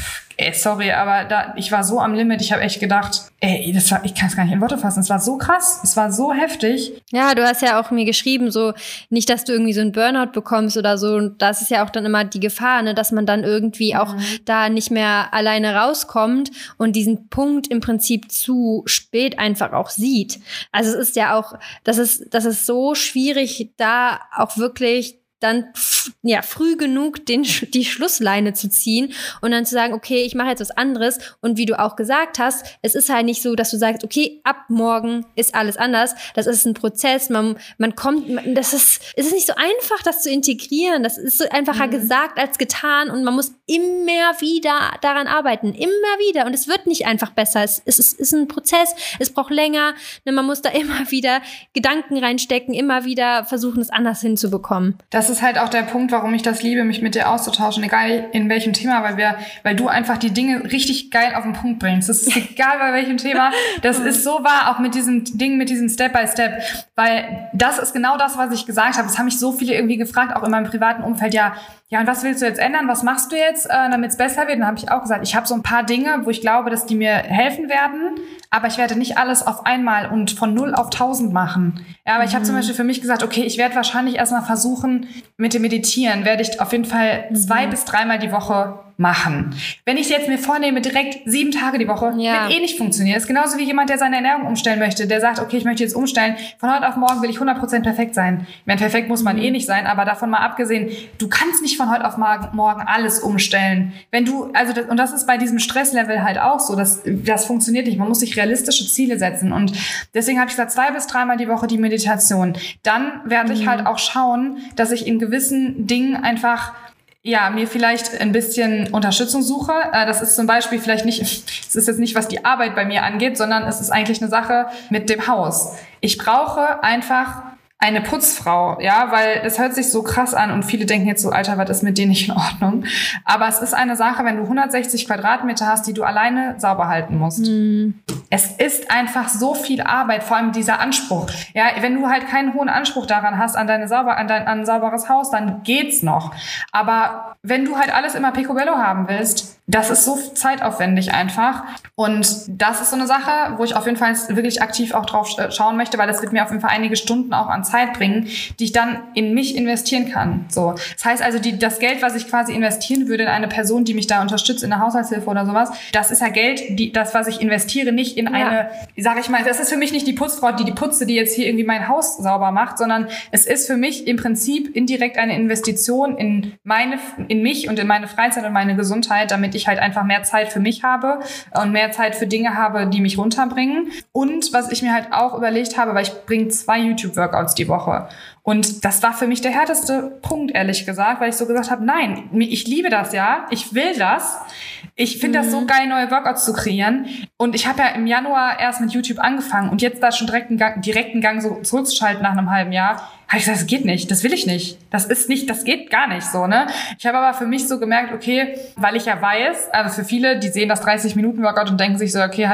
sorry, aber ich war so am Limit, ich habe echt gedacht, ich kann es gar nicht in Worte fassen, es war so krass, es war so heftig. Ja, du hast ja auch mir geschrieben, so nicht, dass du irgendwie so einen Burnout bekommst oder so, und das ist ja auch dann immer die Gefahr, ne, dass man dann irgendwie auch da nicht mehr alleine rauskommt und diesen Punkt im Prinzip zu spät einfach auch sieht. Also es ist ja auch, das ist so schwierig, da auch wirklich dann früh genug die Schlussleine zu ziehen und dann zu sagen, okay, ich mache jetzt was anderes. Und wie du auch gesagt hast, es ist halt nicht so, dass du sagst, okay, ab morgen ist alles anders. Das ist ein Prozess, es ist nicht so einfach, das zu integrieren. Das ist so einfacher gesagt als getan und man muss immer wieder daran arbeiten. Immer wieder. Und es wird nicht einfach besser. Es ist ein Prozess. Es braucht länger. Man muss da immer wieder Gedanken reinstecken, immer wieder versuchen, es anders hinzubekommen. Das ist halt auch der Punkt, warum ich das liebe, mich mit dir auszutauschen, egal in welchem Thema, weil du einfach die Dinge richtig geil auf den Punkt bringst. Das ist egal bei welchem Thema. Das ist so wahr, auch mit diesem Ding, mit diesem Step by Step, weil das ist genau das, was ich gesagt habe. Das haben mich so viele irgendwie gefragt, auch in meinem privaten Umfeld, ja, und was willst du jetzt ändern? Was machst du jetzt, damit es besser wird? Und dann habe ich auch gesagt, ich habe so ein paar Dinge, wo ich glaube, dass die mir helfen werden, aber ich werde nicht alles auf einmal und von 0 auf 1000 machen. Ja, aber ich habe zum Beispiel für mich gesagt, okay, ich werde wahrscheinlich erstmal versuchen, mit dem Meditieren werde ich auf jeden Fall 2 bis 3 Mal die Woche machen. Wenn ich jetzt mir vornehme, direkt 7 Tage die Woche, wird nicht funktionieren. Das ist genauso wie jemand, der seine Ernährung umstellen möchte, der sagt, okay, ich möchte jetzt umstellen, von heute auf morgen will ich 100% perfekt sein. Ich meine, perfekt muss man nicht sein, aber davon mal abgesehen, du kannst nicht von heute auf morgen alles umstellen. Und das ist bei diesem Stresslevel halt auch so, das funktioniert nicht. Man muss sich realistische Ziele setzen und deswegen habe ich gesagt, 2 bis 3 Mal die Woche die Meditation. Dann werde ich halt auch schauen, dass ich in gewissen Dingen einfach mir vielleicht ein bisschen Unterstützung suche. Das ist zum Beispiel vielleicht nicht, es ist jetzt nicht, was die Arbeit bei mir angeht, sondern es ist eigentlich eine Sache mit dem Haus. Ich brauche einfach eine Putzfrau, ja, weil das hört sich so krass an und viele denken jetzt so, Alter, was ist mit denen nicht in Ordnung? Aber es ist eine Sache, wenn du 160 Quadratmeter hast, die du alleine sauber halten musst. Es ist einfach so viel Arbeit, vor allem dieser Anspruch. Ja, wenn du halt keinen hohen Anspruch daran hast, an ein sauberes Haus, dann geht's noch. Aber wenn du halt alles immer picobello haben willst, das ist so zeitaufwendig einfach. Und das ist so eine Sache, wo ich auf jeden Fall wirklich aktiv auch drauf schauen möchte, weil das wird mir auf jeden Fall einige Stunden auch an Zeit bringen, die ich dann in mich investieren kann. So. Das heißt also, das Geld, was ich quasi investieren würde in eine Person, die mich da unterstützt in der Haushaltshilfe oder sowas, das ist ja Geld, das, was ich investiere, nicht in eine, sag ich mal, das ist für mich nicht die Putzfrau, die putze, die jetzt hier irgendwie mein Haus sauber macht, sondern es ist für mich im Prinzip indirekt eine Investition in mich und in meine Freizeit und meine Gesundheit, damit ich halt einfach mehr Zeit für mich habe und mehr Zeit für Dinge habe, die mich runterbringen. Und was ich mir halt auch überlegt habe, weil ich bringe 2 YouTube-Workouts die Woche. Und das war für mich der härteste Punkt, ehrlich gesagt, weil ich so gesagt habe, nein, ich liebe das ja, ich will das. Ich finde das so geil, neue Workouts zu kreieren. Und ich habe ja im Januar erst mit YouTube angefangen und jetzt da schon direkten Gang so zurückzuschalten nach einem halben Jahr, habe ich gesagt, das geht nicht, das will ich nicht. Das geht gar nicht so, ne? Ich habe aber für mich so gemerkt, okay, weil ich ja weiß, also für viele, die sehen das 30-Minuten-Workout und denken sich so, okay,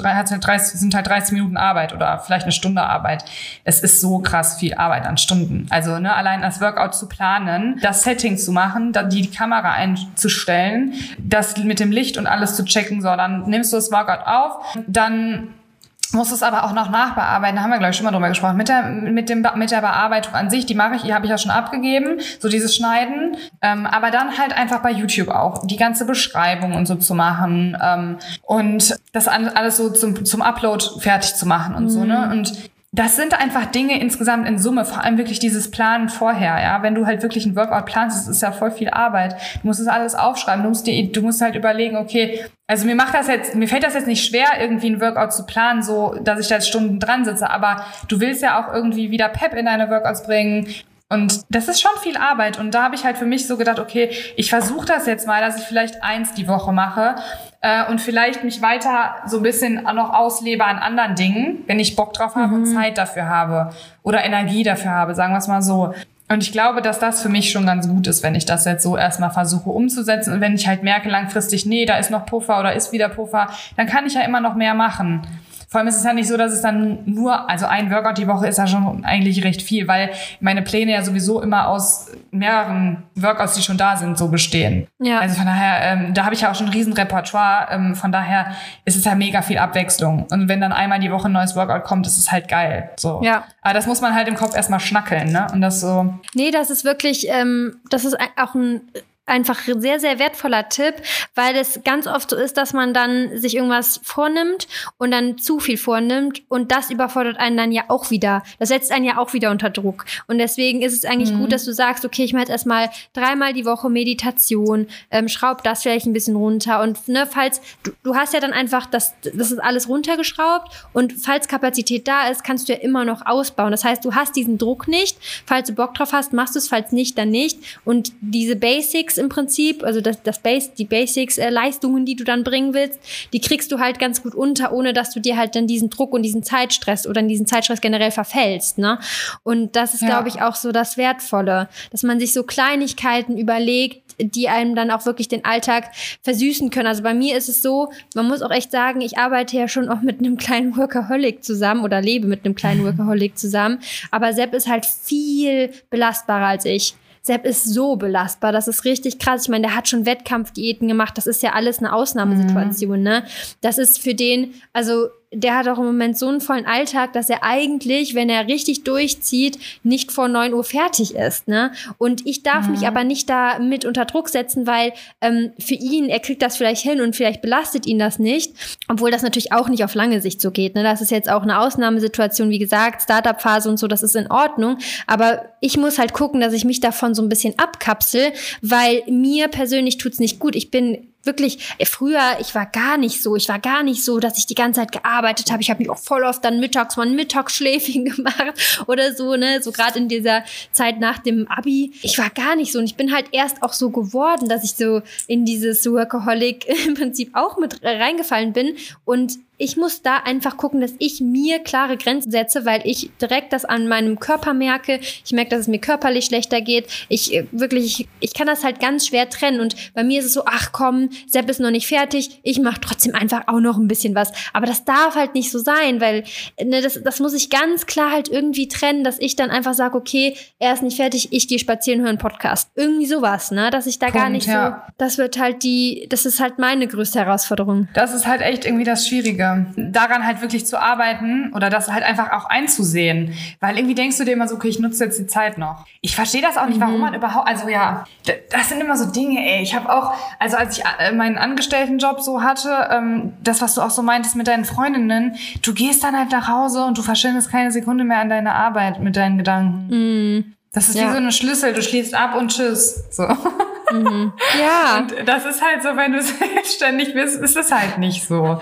sind halt 30 Minuten Arbeit oder vielleicht eine Stunde Arbeit. Es ist so krass viel Arbeit an Stunden. Also, ne, allein das Workout zu planen, das Setting zu machen, dann die Kamera einzustellen, das mit dem Licht und alles zu checken, so, dann nimmst du das Workout auf, dann muss es aber auch noch nachbearbeiten. Da haben wir, glaube ich, schon mal drüber gesprochen. Mit der Bearbeitung an sich, die habe ich ja schon abgegeben, so dieses Schneiden. Aber dann halt einfach bei YouTube auch die ganze Beschreibung und so zu machen und das alles so zum Upload fertig zu machen und so, ne? Und das sind einfach Dinge insgesamt in Summe, vor allem wirklich dieses Planen vorher, ja. Wenn du halt wirklich ein Workout planst, das ist ja voll viel Arbeit. Du musst das alles aufschreiben, du musst halt überlegen, okay, also mir fällt das jetzt nicht schwer, irgendwie ein Workout zu planen, so, dass ich da jetzt Stunden dran sitze, aber du willst ja auch irgendwie wieder Pep in deine Workouts bringen. Und das ist schon viel Arbeit. Und da habe ich halt für mich so gedacht, okay, ich versuche das jetzt mal, dass ich vielleicht 1 die Woche mache und vielleicht mich weiter so ein bisschen noch auslebe an anderen Dingen, wenn ich Bock drauf habe und Zeit dafür habe oder Energie dafür habe, sagen wir es mal so. Und ich glaube, dass das für mich schon ganz gut ist, wenn ich das jetzt so erstmal versuche umzusetzen. Und wenn ich halt merke langfristig, nee, da ist noch Puffer oder ist wieder Puffer, dann kann ich ja immer noch mehr machen. Vor allem ist es ja nicht so, dass es dann nur, also ein Workout die Woche ist ja schon eigentlich recht viel, weil meine Pläne ja sowieso immer aus mehreren Workouts, die schon da sind, so bestehen. Ja. Also von daher, da habe ich ja auch schon ein riesen Repertoire, von daher ist es ja mega viel Abwechslung. Und wenn dann einmal die Woche ein neues Workout kommt, ist es halt geil. So. Ja. Aber das muss man halt im Kopf erstmal schnackeln, ne? Und das so. Nee, das ist wirklich, das ist auch ein einfach sehr, sehr wertvoller Tipp, weil es ganz oft so ist, dass man dann sich irgendwas vornimmt und dann zu viel vornimmt und das überfordert einen dann ja auch wieder. Das setzt einen ja auch wieder unter Druck. Und deswegen ist es eigentlich gut, dass du sagst, okay, ich mache jetzt erstmal 3-mal die Woche Meditation, schraub das vielleicht ein bisschen runter und ne, falls, du hast ja dann einfach, das ist alles runtergeschraubt und falls Kapazität da ist, kannst du ja immer noch ausbauen. Das heißt, du hast diesen Druck nicht. Falls du Bock drauf hast, machst du es, falls nicht, dann nicht. Und diese Basics im Prinzip, also die Basics, Leistungen, die du dann bringen willst, die kriegst du halt ganz gut unter, ohne dass du dir halt dann diesen Druck und diesen Zeitstress oder in diesen Zeitstress generell verfällst, ne? Und das ist, glaube ich, auch so das Wertvolle, dass man sich so Kleinigkeiten überlegt, die einem dann auch wirklich den Alltag versüßen können. Also bei mir ist es so, man muss auch echt sagen, ich arbeite ja schon auch mit einem kleinen Workaholic zusammen oder lebe mit einem kleinen Workaholic zusammen, aber Sepp ist halt viel belastbarer als ich. Sepp ist so belastbar, das ist richtig krass. Ich meine, der hat schon Wettkampfdiäten gemacht, das ist ja alles eine Ausnahmesituation, ne? Das ist für den, also der hat auch im Moment so einen vollen Alltag, dass er eigentlich, wenn er richtig durchzieht, nicht vor 9 Uhr fertig ist, ne? Und ich darf mich aber nicht da mit unter Druck setzen, weil für ihn, er kriegt das vielleicht hin und vielleicht belastet ihn das nicht, obwohl das natürlich auch nicht auf lange Sicht so geht, ne? Das ist jetzt auch eine Ausnahmesituation, wie gesagt, Startup-Phase und so, das ist in Ordnung, aber ich muss halt gucken, dass ich mich davon so ein bisschen abkapsel, weil mir persönlich tut's nicht gut. Ich bin wirklich, früher, ich war gar nicht so, dass ich die ganze Zeit gearbeitet habe. Ich habe mich auch voll oft dann mittags mal ein Mittagsschläfchen gemacht oder so, ne, so gerade in dieser Zeit nach dem Abi. Ich war gar nicht so und ich bin halt erst auch so geworden, dass ich so in dieses Workaholic im Prinzip auch mit reingefallen bin und ich muss da einfach gucken, dass ich mir klare Grenzen setze, weil ich direkt das an meinem Körper merke. Ich merke, dass es mir körperlich schlechter geht. Ich kann das halt ganz schwer trennen. Und bei mir ist es so, ach komm, Sepp ist noch nicht fertig. Ich mache trotzdem einfach auch noch ein bisschen was. Aber das darf halt nicht so sein, weil ne, das muss ich ganz klar halt irgendwie trennen, dass ich dann einfach sage, okay, er ist nicht fertig, ich gehe spazieren, höre einen Podcast. Irgendwie sowas, ne? Dass ich da gar nicht so, das ist halt meine größte Herausforderung. Das ist halt echt irgendwie das Schwierige. Daran halt wirklich zu arbeiten oder das halt einfach auch einzusehen. Weil irgendwie denkst du dir immer so, okay, ich nutze jetzt die Zeit noch. Ich verstehe das auch nicht, warum man überhaupt, also ja, das sind immer so Dinge, ey. Ich habe auch, also als ich meinen Angestelltenjob so hatte, das, was du auch so meintest mit deinen Freundinnen, du gehst dann halt nach Hause und du verschwendest keine Sekunde mehr an deine Arbeit mit deinen Gedanken. Das ist wie so eine Schlüssel, du schließt ab und tschüss. So. Ja. Und das ist halt so, wenn du selbstständig bist, ist es halt nicht so.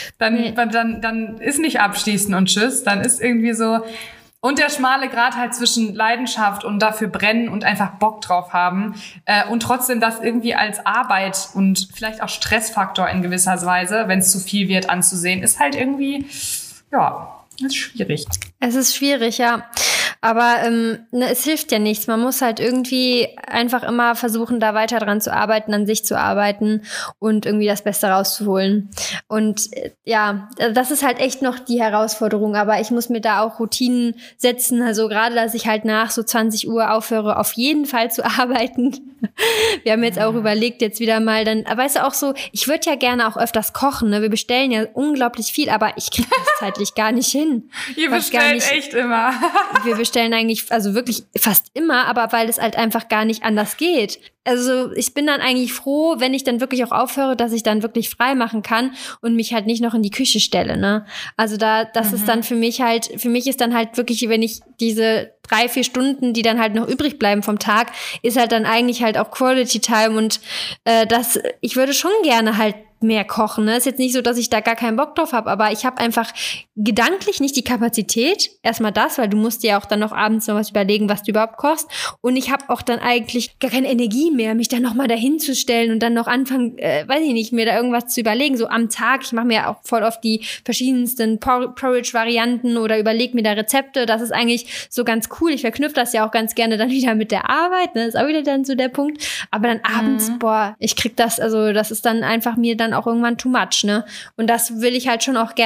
Dann ist nicht abschließen und tschüss, dann ist irgendwie so. Und der schmale Grat halt zwischen Leidenschaft und dafür brennen und einfach Bock drauf haben und trotzdem das irgendwie als Arbeit und vielleicht auch Stressfaktor in gewisser Weise, wenn es zu viel wird, anzusehen, ist halt irgendwie, ja, ist schwierig. Es ist schwierig, ja. Aber es hilft ja nichts. Man muss halt irgendwie einfach immer versuchen, da weiter dran zu arbeiten, an sich zu arbeiten und irgendwie das Beste rauszuholen. Und ja, das ist halt echt noch die Herausforderung. Aber ich muss mir da auch Routinen setzen. Also gerade, dass ich halt nach so 20 Uhr aufhöre, auf jeden Fall zu arbeiten. Wir haben jetzt auch überlegt, jetzt wieder mal dann, weißt du auch so, ich würde ja gerne auch öfters kochen. Ne? Wir bestellen ja unglaublich viel, aber ich kriege das zeitlich gar nicht hin. Ihr bestellt echt immer. Wir bestellen eigentlich, also wirklich fast immer, aber weil es halt einfach gar nicht anders geht. Also ich bin dann eigentlich froh, wenn ich dann wirklich auch aufhöre, dass ich dann wirklich frei machen kann und mich halt nicht noch in die Küche stelle, ne? Also das ist dann für mich ist dann halt wirklich, wenn ich diese 3-4 Stunden, die dann halt noch übrig bleiben vom Tag, ist halt dann eigentlich halt auch Quality Time und ich würde schon gerne halt mehr kochen. Ne? Ist jetzt nicht so, dass ich da gar keinen Bock drauf habe, aber ich habe einfach gedanklich nicht die Kapazität. Erstmal das, weil du musst dir auch dann noch abends noch was überlegen, was du überhaupt kochst. Und ich habe auch dann eigentlich gar keine Energie mehr, mich dann nochmal dahin zu stellen und dann noch anfangen, weiß ich nicht, mir da irgendwas zu überlegen. So am Tag, ich mache mir ja auch voll oft die verschiedensten Porridge-Varianten oder überlege mir da Rezepte. Das ist eigentlich so ganz cool. Ich verknüpfe das ja auch ganz gerne dann wieder mit der Arbeit. Ne? Das ist auch wieder dann so der Punkt. Aber dann abends, ich krieg das, also das ist dann einfach mir dann dann auch irgendwann too much, ne? Und das will ich halt schon auch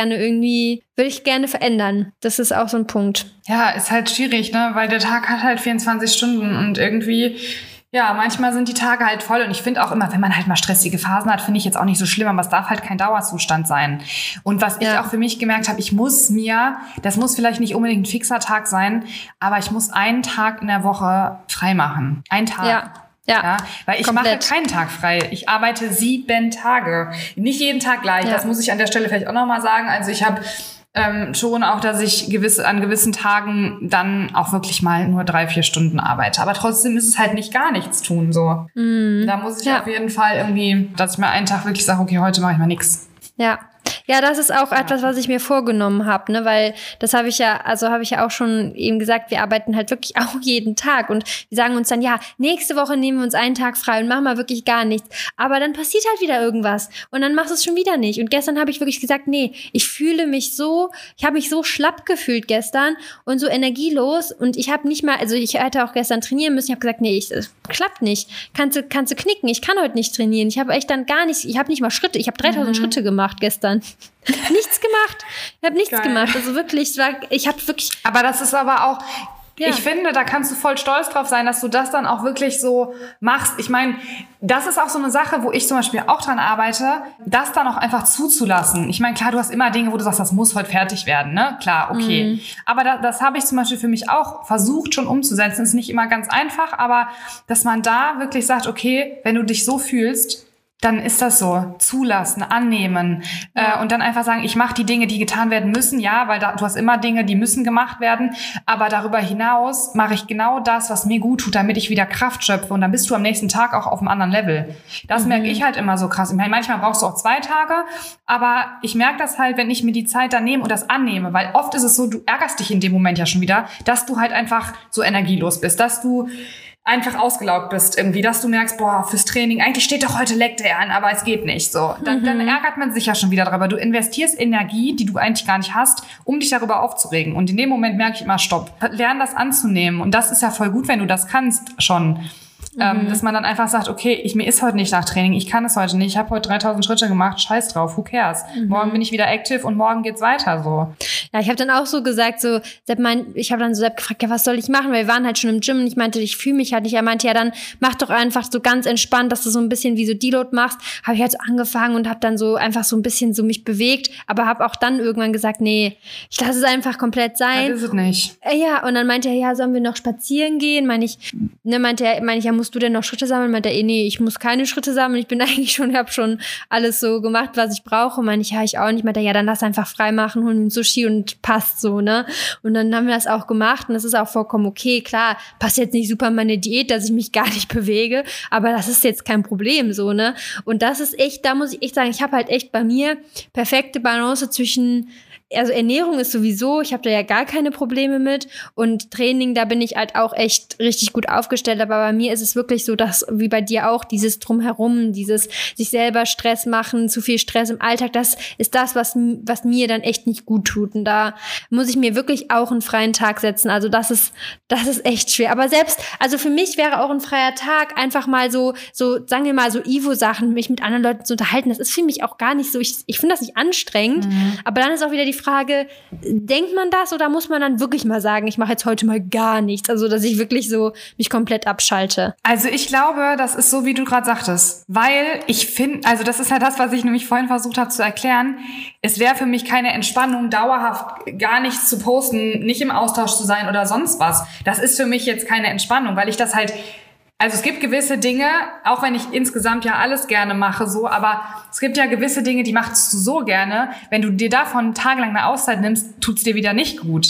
gerne verändern. Das ist auch so ein Punkt. Ja, ist halt schwierig, ne? Weil der Tag hat halt 24 Stunden und irgendwie, ja, manchmal sind die Tage halt voll. Und ich finde auch immer, wenn man halt mal stressige Phasen hat, finde ich jetzt auch nicht so schlimm, aber es darf halt kein Dauerzustand sein. Und was ich auch für mich gemerkt habe, das muss vielleicht nicht unbedingt ein fixer Tag sein, aber ich muss einen Tag in der Woche frei machen. Einen Tag. Ja, weil ich mache keinen Tag frei. Ich arbeite 7 Tage. Nicht jeden Tag gleich. Ja. Das muss ich an der Stelle vielleicht auch nochmal sagen. Also ich habe schon auch, dass ich an gewissen Tagen dann auch wirklich mal nur 3-4 Stunden arbeite. Aber trotzdem ist es halt nicht gar nichts tun, so. Da muss ich auf jeden Fall irgendwie, dass ich mir einen Tag wirklich sage, okay, heute mache ich mal nichts. Ja, das ist auch etwas, was ich mir vorgenommen habe, ne, weil das habe ich ja auch schon eben gesagt, wir arbeiten halt wirklich auch jeden Tag und wir sagen uns dann, ja, nächste Woche nehmen wir uns einen Tag frei und machen mal wirklich gar nichts. Aber dann passiert halt wieder irgendwas und dann machst du es schon wieder nicht. Und gestern habe ich wirklich gesagt, nee, ich habe mich so schlapp gefühlt gestern und so energielos und ich habe nicht mal, also ich hätte auch gestern trainieren müssen, ich habe gesagt, nee, es klappt nicht. Kannst du knicken, ich kann heute nicht trainieren. Ich habe echt dann gar nichts, ich habe nicht mal Schritte, ich habe 3000 Schritte gemacht gestern. Nichts gemacht. Ich habe nichts gemacht. Also wirklich, Aber das ist aber auch, ich finde, da kannst du voll stolz drauf sein, dass du das dann auch wirklich so machst. Ich meine, das ist auch so eine Sache, wo ich zum Beispiel auch dran arbeite, das dann auch einfach zuzulassen. Ich meine, klar, du hast immer Dinge, wo du sagst, das muss heute fertig werden, ne? Klar, okay. Aber das habe ich zum Beispiel für mich auch versucht schon umzusetzen. Ist nicht immer ganz einfach, aber dass man da wirklich sagt, okay, wenn du dich so fühlst, dann ist das so. Zulassen, annehmen und dann einfach sagen, ich mache die Dinge, die getan werden müssen, ja, weil du hast immer Dinge, die müssen gemacht werden, aber darüber hinaus mache ich genau das, was mir gut tut, damit ich wieder Kraft schöpfe und dann bist du am nächsten Tag auch auf einem anderen Level. Das merke ich halt immer so krass. Ich meine, manchmal brauchst du auch 2 Tage, aber ich merke das halt, wenn ich mir die Zeit dann nehme und das annehme, weil oft ist es so, du ärgerst dich in dem Moment ja schon wieder, dass du halt einfach so energielos bist, dass du einfach ausgelaugt bist irgendwie, dass du merkst, boah, fürs Training, eigentlich steht doch heute Leg Day an, aber es geht nicht so. Dann ärgert man sich ja schon wieder darüber. Du investierst Energie, die du eigentlich gar nicht hast, um dich darüber aufzuregen. Und in dem Moment merke ich immer, stopp. Lern das anzunehmen. Und das ist ja voll gut, wenn du das kannst schon. Dass man dann einfach sagt, okay, mir ist heute nicht nach Training, ich kann es heute nicht, ich habe heute 3000 Schritte gemacht, scheiß drauf, who cares? Morgen bin ich wieder active und morgen geht's weiter so. Ja, ich habe dann auch so gesagt, ich habe dann so Sepp gefragt, ja, was soll ich machen? Weil wir waren halt schon im Gym und ich meinte, ich fühle mich halt nicht. Er meinte, ja, dann mach doch einfach so ganz entspannt, dass du so ein bisschen wie so Deload machst. Habe ich halt so angefangen und habe dann so einfach so ein bisschen so mich bewegt, aber habe auch dann irgendwann gesagt, nee, ich lasse es einfach komplett sein. Das ist es nicht. Ja, und dann meinte er, ja, sollen wir noch spazieren gehen? Meinte er, ja, musst du denn noch Schritte sammeln? Meinte er, nee, ich muss keine Schritte sammeln. Ich bin eigentlich habe schon alles so gemacht, was ich brauche. Meinte ich, ja, ich auch nicht. Meinte er, ja, dann lass einfach frei machen, holen ein Sushi und passt so, ne? Und dann haben wir das auch gemacht und das ist auch vollkommen okay. Klar, passt jetzt nicht super in meine Diät, dass ich mich gar nicht bewege, aber das ist jetzt kein Problem, so, ne? Und das ist echt, da muss ich echt sagen, ich habe halt echt bei mir perfekte Balance zwischen, also Ernährung ist sowieso, ich habe da ja gar keine Probleme mit und Training, da bin ich halt auch echt richtig gut aufgestellt, aber bei mir ist es wirklich so, dass, wie bei dir auch, dieses Drumherum, dieses sich selber Stress machen, zu viel Stress im Alltag, das ist das, was mir dann echt nicht gut tut und da muss ich mir wirklich auch einen freien Tag setzen, also das ist echt schwer, aber selbst, also für mich wäre auch ein freier Tag einfach mal so sagen wir mal so Ivo-Sachen, mich mit anderen Leuten zu unterhalten, das ist für mich auch gar nicht so, ich finde das nicht anstrengend, aber dann ist auch wieder die Frage, denkt man das oder muss man dann wirklich mal sagen, ich mache jetzt heute mal gar nichts, also dass ich wirklich so mich komplett abschalte? Also ich glaube, das ist so, wie du gerade sagtest, weil ich finde, also das ist ja das, was ich nämlich vorhin versucht habe zu erklären, es wäre für mich keine Entspannung, dauerhaft gar nichts zu posten, nicht im Austausch zu sein oder sonst was. Das ist für mich jetzt keine Entspannung, weil ich das halt, also es gibt gewisse Dinge, auch wenn ich insgesamt ja alles gerne mache, so, aber es gibt ja gewisse Dinge, die machst du so gerne. Wenn du dir davon tagelang eine Auszeit nimmst, tut's dir wieder nicht gut.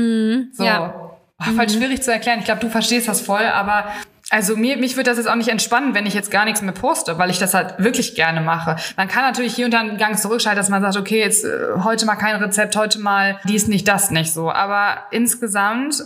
So. Ja. Voll schwierig zu erklären. Ich glaube, du verstehst das voll, aber also mich würde das jetzt auch nicht entspannen, wenn ich jetzt gar nichts mehr poste, weil ich das halt wirklich gerne mache. Man kann natürlich hier und da einen Gang zurückschalten, dass man sagt, okay, jetzt heute mal kein Rezept, heute mal dies nicht, das nicht so. Aber insgesamt,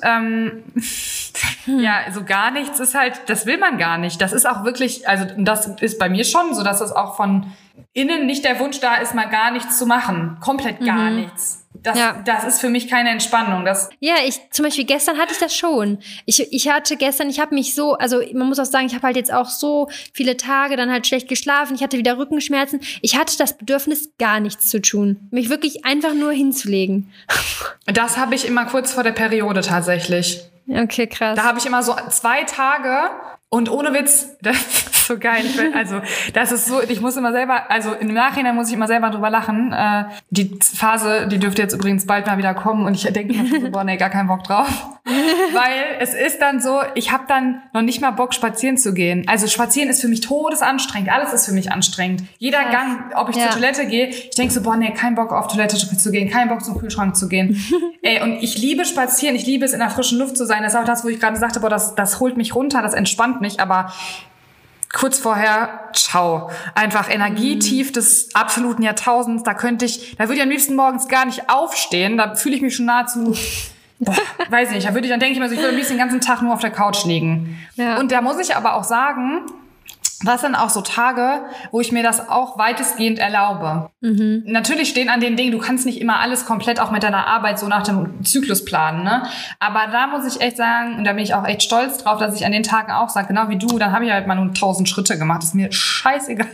ja, so gar nichts ist halt, das will man gar nicht. Das ist auch wirklich, also das ist bei mir schon so, dass das auch von innen nicht der Wunsch da ist, mal gar nichts zu machen. Komplett gar nichts. das ist für mich keine Entspannung. Zum Beispiel gestern hatte ich das schon. Ich habe mich so, also man muss auch sagen, ich habe halt jetzt auch so viele Tage dann halt schlecht geschlafen. Ich hatte wieder Rückenschmerzen. Ich hatte das Bedürfnis, gar nichts zu tun. Mich wirklich einfach nur hinzulegen. Das habe ich immer kurz vor der Periode tatsächlich. Okay, krass. Da habe ich immer so 2 Tage und ohne Witz, das ist so geil. Das ist so, ich muss immer selber, also im Nachhinein muss ich immer selber drüber lachen. Die Phase, die dürfte jetzt übrigens bald mal wieder kommen und ich denke mir so, boah, nee, gar keinen Bock drauf. Weil es ist dann so, ich habe dann noch nicht mal Bock, spazieren zu gehen. Also spazieren ist für mich todesanstrengend. Alles ist für mich anstrengend. Jeder Gang, ob ich zur Toilette gehe, ich denke so, boah, nee, kein Bock auf Toilette zu gehen, kein Bock zum Kühlschrank zu gehen. Und ich liebe spazieren, ich liebe es, in der frischen Luft zu sein. Das ist auch das, wo ich gerade sagte, boah, das holt mich runter, das entspannt mich, aber kurz vorher, ciao. Einfach Energietief des absoluten Jahrtausends. Da würde ich am liebsten morgens gar nicht aufstehen. Da fühle ich mich schon nahezu, weiß nicht, dann denke ich mir so, ich würde am liebsten den ganzen Tag nur auf der Couch liegen. Ja. Und da muss ich aber auch sagen, das sind auch so Tage, wo ich mir das auch weitestgehend erlaube. Mhm. Natürlich stehen an den Dingen, du kannst nicht immer alles komplett auch mit deiner Arbeit so nach dem Zyklus planen, ne? Aber da muss ich echt sagen, und da bin ich auch echt stolz drauf, dass ich an den Tagen auch sage, genau wie du, dann habe ich halt mal nur 1000 Schritte gemacht. Das ist mir scheißegal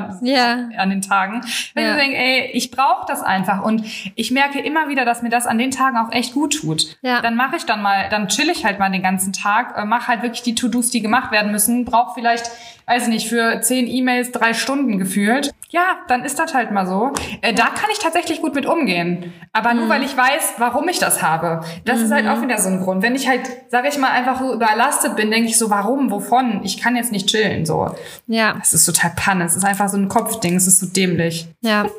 an den Tagen. Wenn ich denke, ey, ich brauche das einfach. Und ich merke immer wieder, dass mir das an den Tagen auch echt gut tut. Ja. Dann dann chill ich halt mal den ganzen Tag, mache halt wirklich die To-Dos, die gemacht werden müssen, brauche vielleicht, weiß ich nicht, für 10 E-Mails 3 Stunden gefühlt. Ja, dann ist das halt mal so. Da kann ich tatsächlich gut mit umgehen. Aber nur, weil ich weiß, warum ich das habe. Das ist halt auch wieder so ein Grund. Wenn ich halt, sage ich mal, einfach so überlastet bin, denke ich so, warum, wovon? Ich kann jetzt nicht chillen, so. Ja. Das ist total Panne. Es ist einfach so ein Kopfding. Es ist so dämlich. Ja.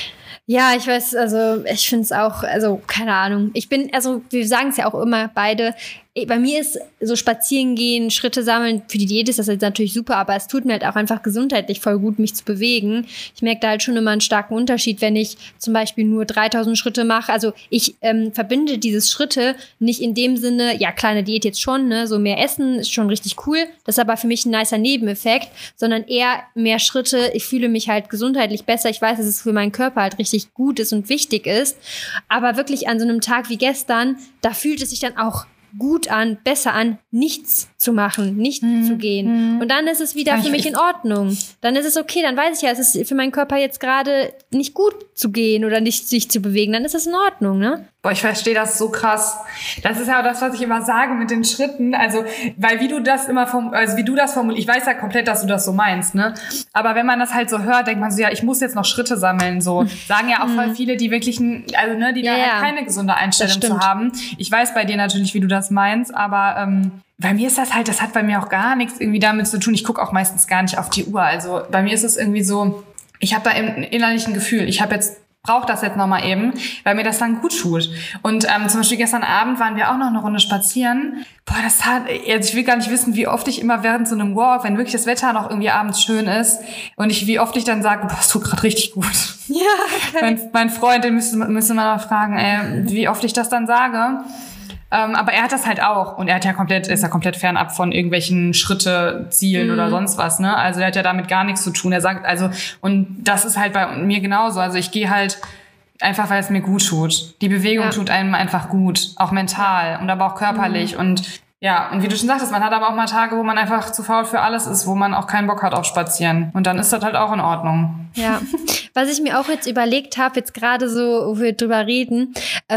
Ja, ich weiß, also ich finde es auch, also keine Ahnung. Wir sagen es ja auch immer beide, bei mir ist so spazieren gehen, Schritte sammeln, für die Diät ist das jetzt natürlich super, aber es tut mir halt auch einfach gesundheitlich voll gut, mich zu bewegen. Ich merke da halt schon immer einen starken Unterschied, wenn ich zum Beispiel nur 3000 Schritte mache. Also ich verbinde dieses Schritte nicht in dem Sinne, ja, kleine Diät jetzt schon, ne, so mehr Essen ist schon richtig cool. Das ist aber für mich ein nicer Nebeneffekt, sondern eher mehr Schritte. Ich fühle mich halt gesundheitlich besser. Ich weiß, dass es für meinen Körper halt richtig gut ist und wichtig ist. Aber wirklich an so einem Tag wie gestern, da fühlt es sich dann auch gut an, besser an, nichts zu machen, nicht zu gehen. Und dann ist es wieder für mich in Ordnung. Dann ist es okay, dann weiß ich ja, es ist für meinen Körper jetzt gerade nicht gut zu gehen oder nicht sich zu bewegen, dann ist es in Ordnung, ne? Boah, ich verstehe das so krass. Das ist ja auch das, was ich immer sage mit den Schritten. Also, weil wie du das formulierst, ich weiß ja komplett, dass du das so meinst, ne? Aber wenn man das halt so hört, denkt man so, ja, ich muss jetzt noch Schritte sammeln, so. Sagen ja auch voll viele, die wirklich, die da halt keine gesunde Einstellung zu haben. Ich weiß bei dir natürlich, wie du das meinst, aber bei mir ist das hat bei mir auch gar nichts irgendwie damit zu tun. Ich gucke auch meistens gar nicht auf die Uhr. Also bei mir ist es irgendwie so, ich habe da ein innerliches Gefühl. Brauche das jetzt nochmal eben, weil mir das dann gut tut. Und zum Beispiel gestern Abend waren wir auch noch eine Runde spazieren. Boah, ich will gar nicht wissen, wie oft ich immer während so einem Walk, wenn wirklich das Wetter noch irgendwie abends schön ist und wie oft ich dann sage, boah, es tut gerade richtig gut. Ja, okay. Mein Freund, den müssen wir mal fragen, wie oft ich das dann sage. Aber er hat das halt auch und ist ja komplett fernab von irgendwelchen Schritte, Zielen oder sonst was, ne? Also er hat ja damit gar nichts zu tun. Er sagt, und das ist halt bei mir genauso. Also ich gehe halt einfach, weil es mir gut tut. Die Bewegung tut einem einfach gut, auch mental und aber auch körperlich und ja, und wie du schon sagtest, man hat aber auch mal Tage, wo man einfach zu faul für alles ist, wo man auch keinen Bock hat auf Spazieren. Und dann ist das halt auch in Ordnung. Ja, was ich mir auch jetzt überlegt habe, jetzt gerade so, wo wir drüber reden,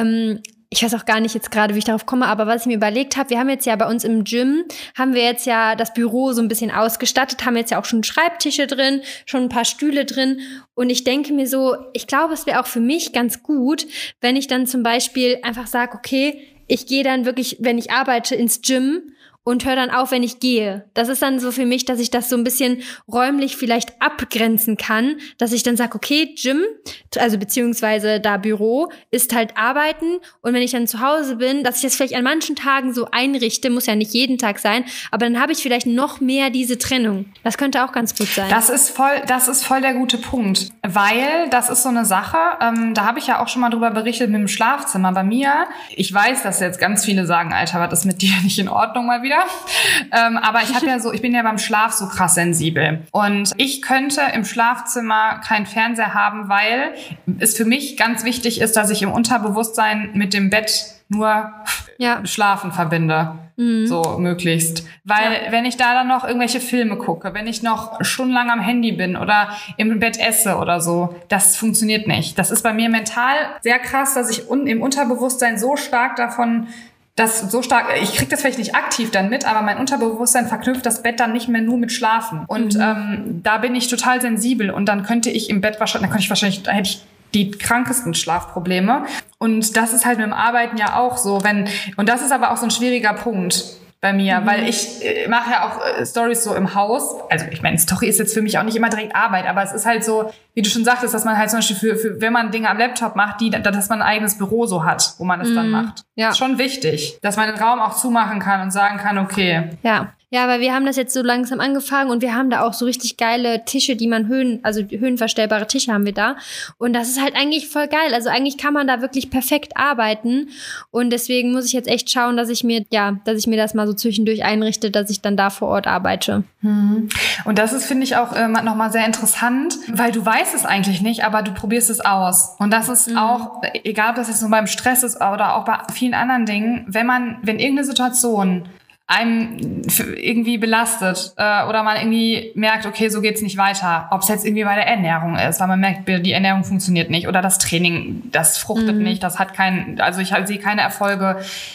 ich weiß auch gar nicht jetzt gerade, wie ich darauf komme, aber was ich mir überlegt habe, wir haben jetzt ja bei uns im Gym, haben wir jetzt ja das Büro so ein bisschen ausgestattet, haben jetzt ja auch schon Schreibtische drin, schon ein paar Stühle drin und ich denke mir so, ich glaube, es wäre auch für mich ganz gut, wenn ich dann zum Beispiel einfach sage, okay, ich gehe dann wirklich, wenn ich arbeite, ins Gym und höre dann auf, wenn ich gehe. Das ist dann so für mich, dass ich das so ein bisschen räumlich vielleicht abgrenzen kann, dass ich dann sage, okay, Gym, also beziehungsweise da Büro, ist halt Arbeiten und wenn ich dann zu Hause bin, dass ich das vielleicht an manchen Tagen so einrichte, muss ja nicht jeden Tag sein, aber dann habe ich vielleicht noch mehr diese Trennung. Das könnte auch ganz gut sein. Das ist voll der gute Punkt, weil das ist so eine Sache, da habe ich ja auch schon mal drüber berichtet mit dem Schlafzimmer bei mir. Ich weiß, dass jetzt ganz viele sagen, Alter, was ist mit dir nicht in Ordnung mal wieder? wieder. Aber ich bin ja beim Schlaf so krass sensibel. Und ich könnte im Schlafzimmer keinen Fernseher haben, weil es für mich ganz wichtig ist, dass ich im Unterbewusstsein mit dem Bett nur Schlafen verbinde. So möglichst. Weil wenn ich da dann noch irgendwelche Filme gucke, wenn ich noch stundenlang am Handy bin oder im Bett esse oder so, das funktioniert nicht. Das ist bei mir mental sehr krass, dass ich im Unterbewusstsein so stark davon, ich krieg das vielleicht nicht aktiv dann mit, aber mein Unterbewusstsein verknüpft das Bett dann nicht mehr nur mit Schlafen. Und da bin ich total sensibel und dann könnte ich im Bett da hätte ich die krankesten Schlafprobleme. Und das ist halt mit dem Arbeiten ja auch so. Und das ist aber auch so ein schwieriger Punkt bei mir, weil ich mache ja auch Stories so im Haus. Also ich meine, Story ist jetzt für mich auch nicht immer direkt Arbeit, aber es ist halt so, wie du schon sagtest, dass man halt zum Beispiel für wenn man Dinge am Laptop macht, dass man ein eigenes Büro so hat, wo man es dann macht. Ja. Ist schon wichtig, dass man den Raum auch zumachen kann und sagen kann, okay. Ja, weil wir haben das jetzt so langsam angefangen und wir haben da auch so richtig geile Tische, die man höhenverstellbare Tische haben wir da. Und das ist halt eigentlich voll geil. Also eigentlich kann man da wirklich perfekt arbeiten. Und deswegen muss ich jetzt echt schauen, dass ich mir das mal so zwischendurch einrichte, dass ich dann da vor Ort arbeite. Und das ist, finde ich, auch nochmal sehr interessant, weil du weißt es eigentlich nicht, aber du probierst es aus. Und das ist auch, egal ob das jetzt nur beim Stress ist oder auch bei vielen anderen Dingen, wenn irgendeine Situation einem irgendwie belastet oder man irgendwie merkt, okay, so geht's nicht weiter. Ob es jetzt irgendwie bei der Ernährung ist, weil man merkt, die Ernährung funktioniert nicht oder das Training, das fruchtet nicht, das hat ich sehe keine Erfolge.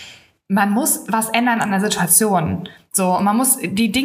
Man muss was ändern an der Situation. So, man muss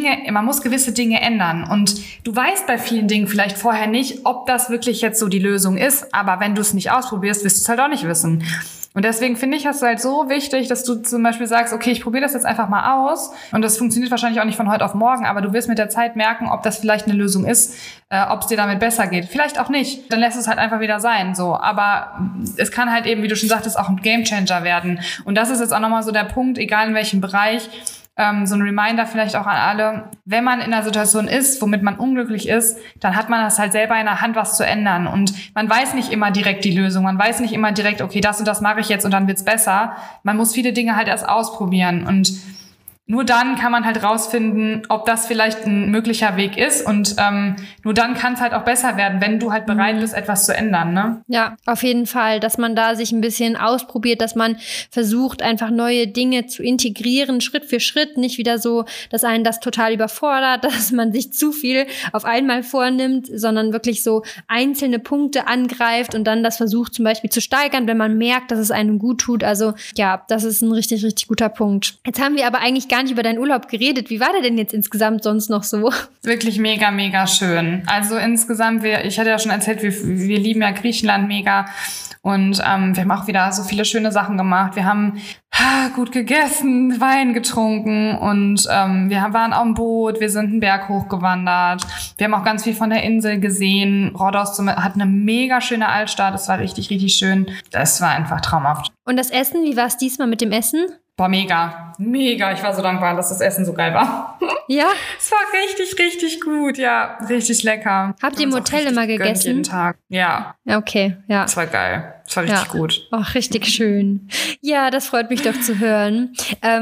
gewisse Dinge ändern. Und du weißt bei vielen Dingen vielleicht vorher nicht, ob das wirklich jetzt so die Lösung ist. Aber wenn du es nicht ausprobierst, wirst du es halt auch nicht wissen. Und deswegen finde ich es halt so wichtig, dass du zum Beispiel sagst, okay, ich probiere das jetzt einfach mal aus. Und das funktioniert wahrscheinlich auch nicht von heute auf morgen, aber du wirst mit der Zeit merken, ob das vielleicht eine Lösung ist, ob es dir damit besser geht. Vielleicht auch nicht. Dann lässt es halt einfach wieder sein. So, aber es kann halt eben, wie du schon sagtest, auch ein Gamechanger werden. Und das ist jetzt auch nochmal so der Punkt, egal in welchem Bereich. So ein Reminder vielleicht auch an alle, wenn man in einer Situation ist, womit man unglücklich ist, dann hat man das halt selber in der Hand, was zu ändern. Und man weiß nicht immer direkt die Lösung. Man weiß nicht immer direkt, okay, das und das mache ich jetzt und dann wird's besser. Man muss viele Dinge halt erst ausprobieren. Und nur dann kann man halt rausfinden, ob das vielleicht ein möglicher Weg ist. Und nur dann kann es halt auch besser werden, wenn du halt bereit bist, etwas zu ändern, ne? Ja, auf jeden Fall, dass man da sich ein bisschen ausprobiert, dass man versucht, einfach neue Dinge zu integrieren, Schritt für Schritt. Nicht wieder so, dass einen das total überfordert, dass man sich zu viel auf einmal vornimmt, sondern wirklich so einzelne Punkte angreift und dann das versucht zum Beispiel zu steigern, wenn man merkt, dass es einem gut tut. Also ja, das ist ein richtig, richtig guter Punkt. Jetzt haben wir aber eigentlich gar nicht über deinen Urlaub geredet. Wie war der denn jetzt insgesamt sonst noch so? Wirklich mega, mega schön. Also insgesamt, ich hatte ja schon erzählt, wir lieben ja Griechenland mega und wir haben auch wieder so viele schöne Sachen gemacht. Wir haben gut gegessen, Wein getrunken und wir waren auf dem Boot, wir sind einen Berg hochgewandert. Wir haben auch ganz viel von der Insel gesehen. Rhodos hat eine mega schöne Altstadt, es war richtig, richtig schön. Das war einfach traumhaft. Und das Essen, wie war es diesmal mit dem Essen? Boah, mega. Mega. Ich war so dankbar, dass das Essen so geil war. Ja? Es war richtig, richtig gut. Ja, richtig lecker. Habt ihr im Hotel immer gegessen? Jeden Tag. Ja. Okay, ja. Es war geil. Es war richtig gut. Ach, richtig schön. Ja, das freut mich doch zu hören.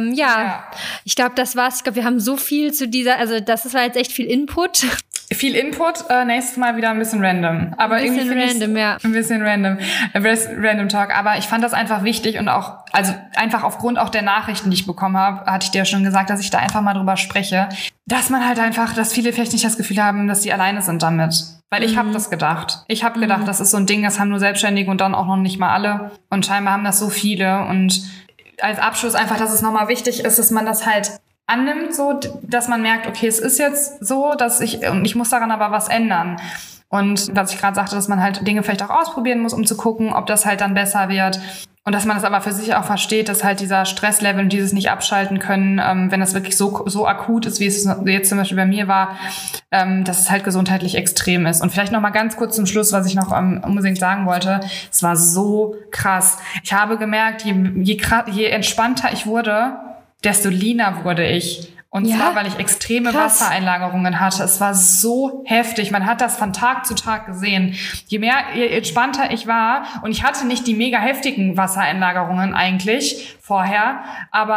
Ich glaube, das war's. Ich glaube, wir haben so viel zu das war jetzt echt viel Input. Viel Input, nächstes Mal wieder ein bisschen random. Aber ein bisschen random, ja. Ein bisschen random. Random Talk. Aber ich fand das einfach wichtig und auch, also einfach aufgrund auch der Nachrichten, die ich bekommen habe, hatte ich dir ja schon gesagt, dass ich da einfach mal drüber spreche, dass man halt einfach, dass viele vielleicht nicht das Gefühl haben, dass sie alleine sind damit. Weil ich habe das gedacht. Ich habe gedacht, das ist so ein Ding, das haben nur Selbstständige und dann auch noch nicht mal alle. Und scheinbar haben das so viele. Und als Abschluss einfach, dass es nochmal wichtig ist, dass man das halt annimmt, so, dass man merkt, okay, es ist jetzt so, ich muss daran aber was ändern. Und was ich gerade sagte, dass man halt Dinge vielleicht auch ausprobieren muss, um zu gucken, ob das halt dann besser wird. Und dass man das aber für sich auch versteht, dass halt dieser Stresslevel und dieses nicht abschalten können, wenn das wirklich so akut ist, wie es jetzt zum Beispiel bei mir war, dass es halt gesundheitlich extrem ist. Und vielleicht noch mal ganz kurz zum Schluss, was ich noch unbedingt sagen wollte. Es war so krass. Ich habe gemerkt, je entspannter ich wurde, desto leaner wurde ich. Und zwar, weil ich extreme Wassereinlagerungen hatte. Es war so heftig. Man hat das von Tag zu Tag gesehen. Je entspannter ich war, und ich hatte nicht die mega heftigen Wassereinlagerungen eigentlich vorher, aber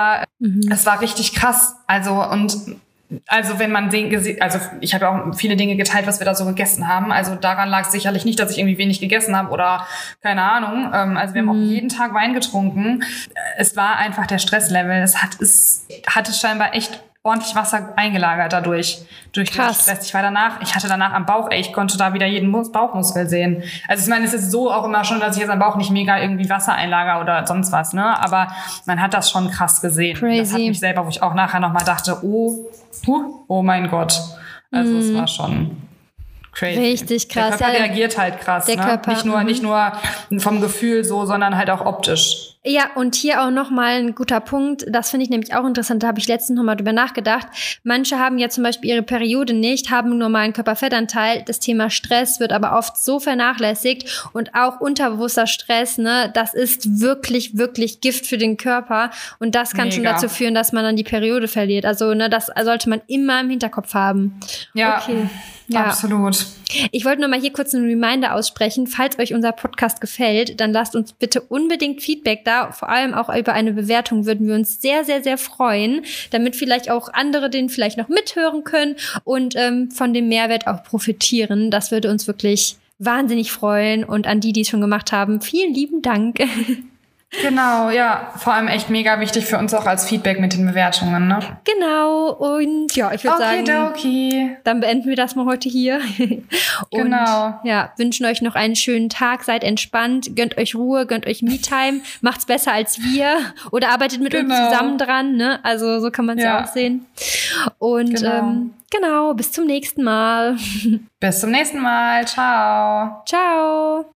Es war richtig krass. Also wenn man also ich habe ja auch viele Dinge geteilt, was wir da so gegessen haben. Also daran lag es sicherlich nicht, dass ich irgendwie wenig gegessen habe oder keine Ahnung. Also wir haben auch jeden Tag Wein getrunken. Es war einfach der Stresslevel. Es hatte scheinbar echt ordentlich Wasser eingelagert dadurch. Durch den Stress. Ich hatte danach am Bauch, ich konnte da wieder jeden Bauchmuskel sehen. Also ich meine, es ist so auch immer schon, dass ich jetzt am Bauch nicht mega irgendwie Wasser einlager oder sonst was, ne? Aber man hat das schon krass gesehen. Crazy. Das hat mich selber, wo ich auch nachher nochmal dachte, oh mein Gott. Also es war schon crazy. Richtig krass. Der Körper reagiert halt krass. Der Körper, nicht nur vom Gefühl so, sondern halt auch optisch. Ja, und hier auch nochmal ein guter Punkt, das finde ich nämlich auch interessant, da habe ich letztens nochmal drüber nachgedacht. Manche haben ja zum Beispiel ihre Periode nicht, haben einen normalen Körperfettanteil. Das Thema Stress wird aber oft so vernachlässigt und auch unterbewusster Stress, ne, das ist wirklich, wirklich Gift für den Körper und das kann schon dazu führen, dass man dann die Periode verliert. Also, ne, das sollte man immer im Hinterkopf haben. Ja, okay. Ja, absolut. Ich wollte noch mal hier kurz einen Reminder aussprechen. Falls euch unser Podcast gefällt, dann lasst uns bitte unbedingt Feedback da. Vor allem auch über eine Bewertung würden wir uns sehr, sehr, sehr freuen, damit vielleicht auch andere den vielleicht noch mithören können und von dem Mehrwert auch profitieren. Das würde uns wirklich wahnsinnig freuen. Und an die es schon gemacht haben, vielen lieben Dank. Genau, ja, vor allem echt mega wichtig für uns auch als Feedback mit den Bewertungen, ne? Genau, und ja, ich würde sagen, dann beenden wir das mal heute hier. Und ja, wünschen euch noch einen schönen Tag, seid entspannt, gönnt euch Ruhe, gönnt euch Me-Time, macht's besser als wir oder arbeitet mit uns zusammen dran, ne? Also so kann man es ja auch sehen. Und genau, bis zum nächsten Mal. Bis zum nächsten Mal, ciao. Ciao.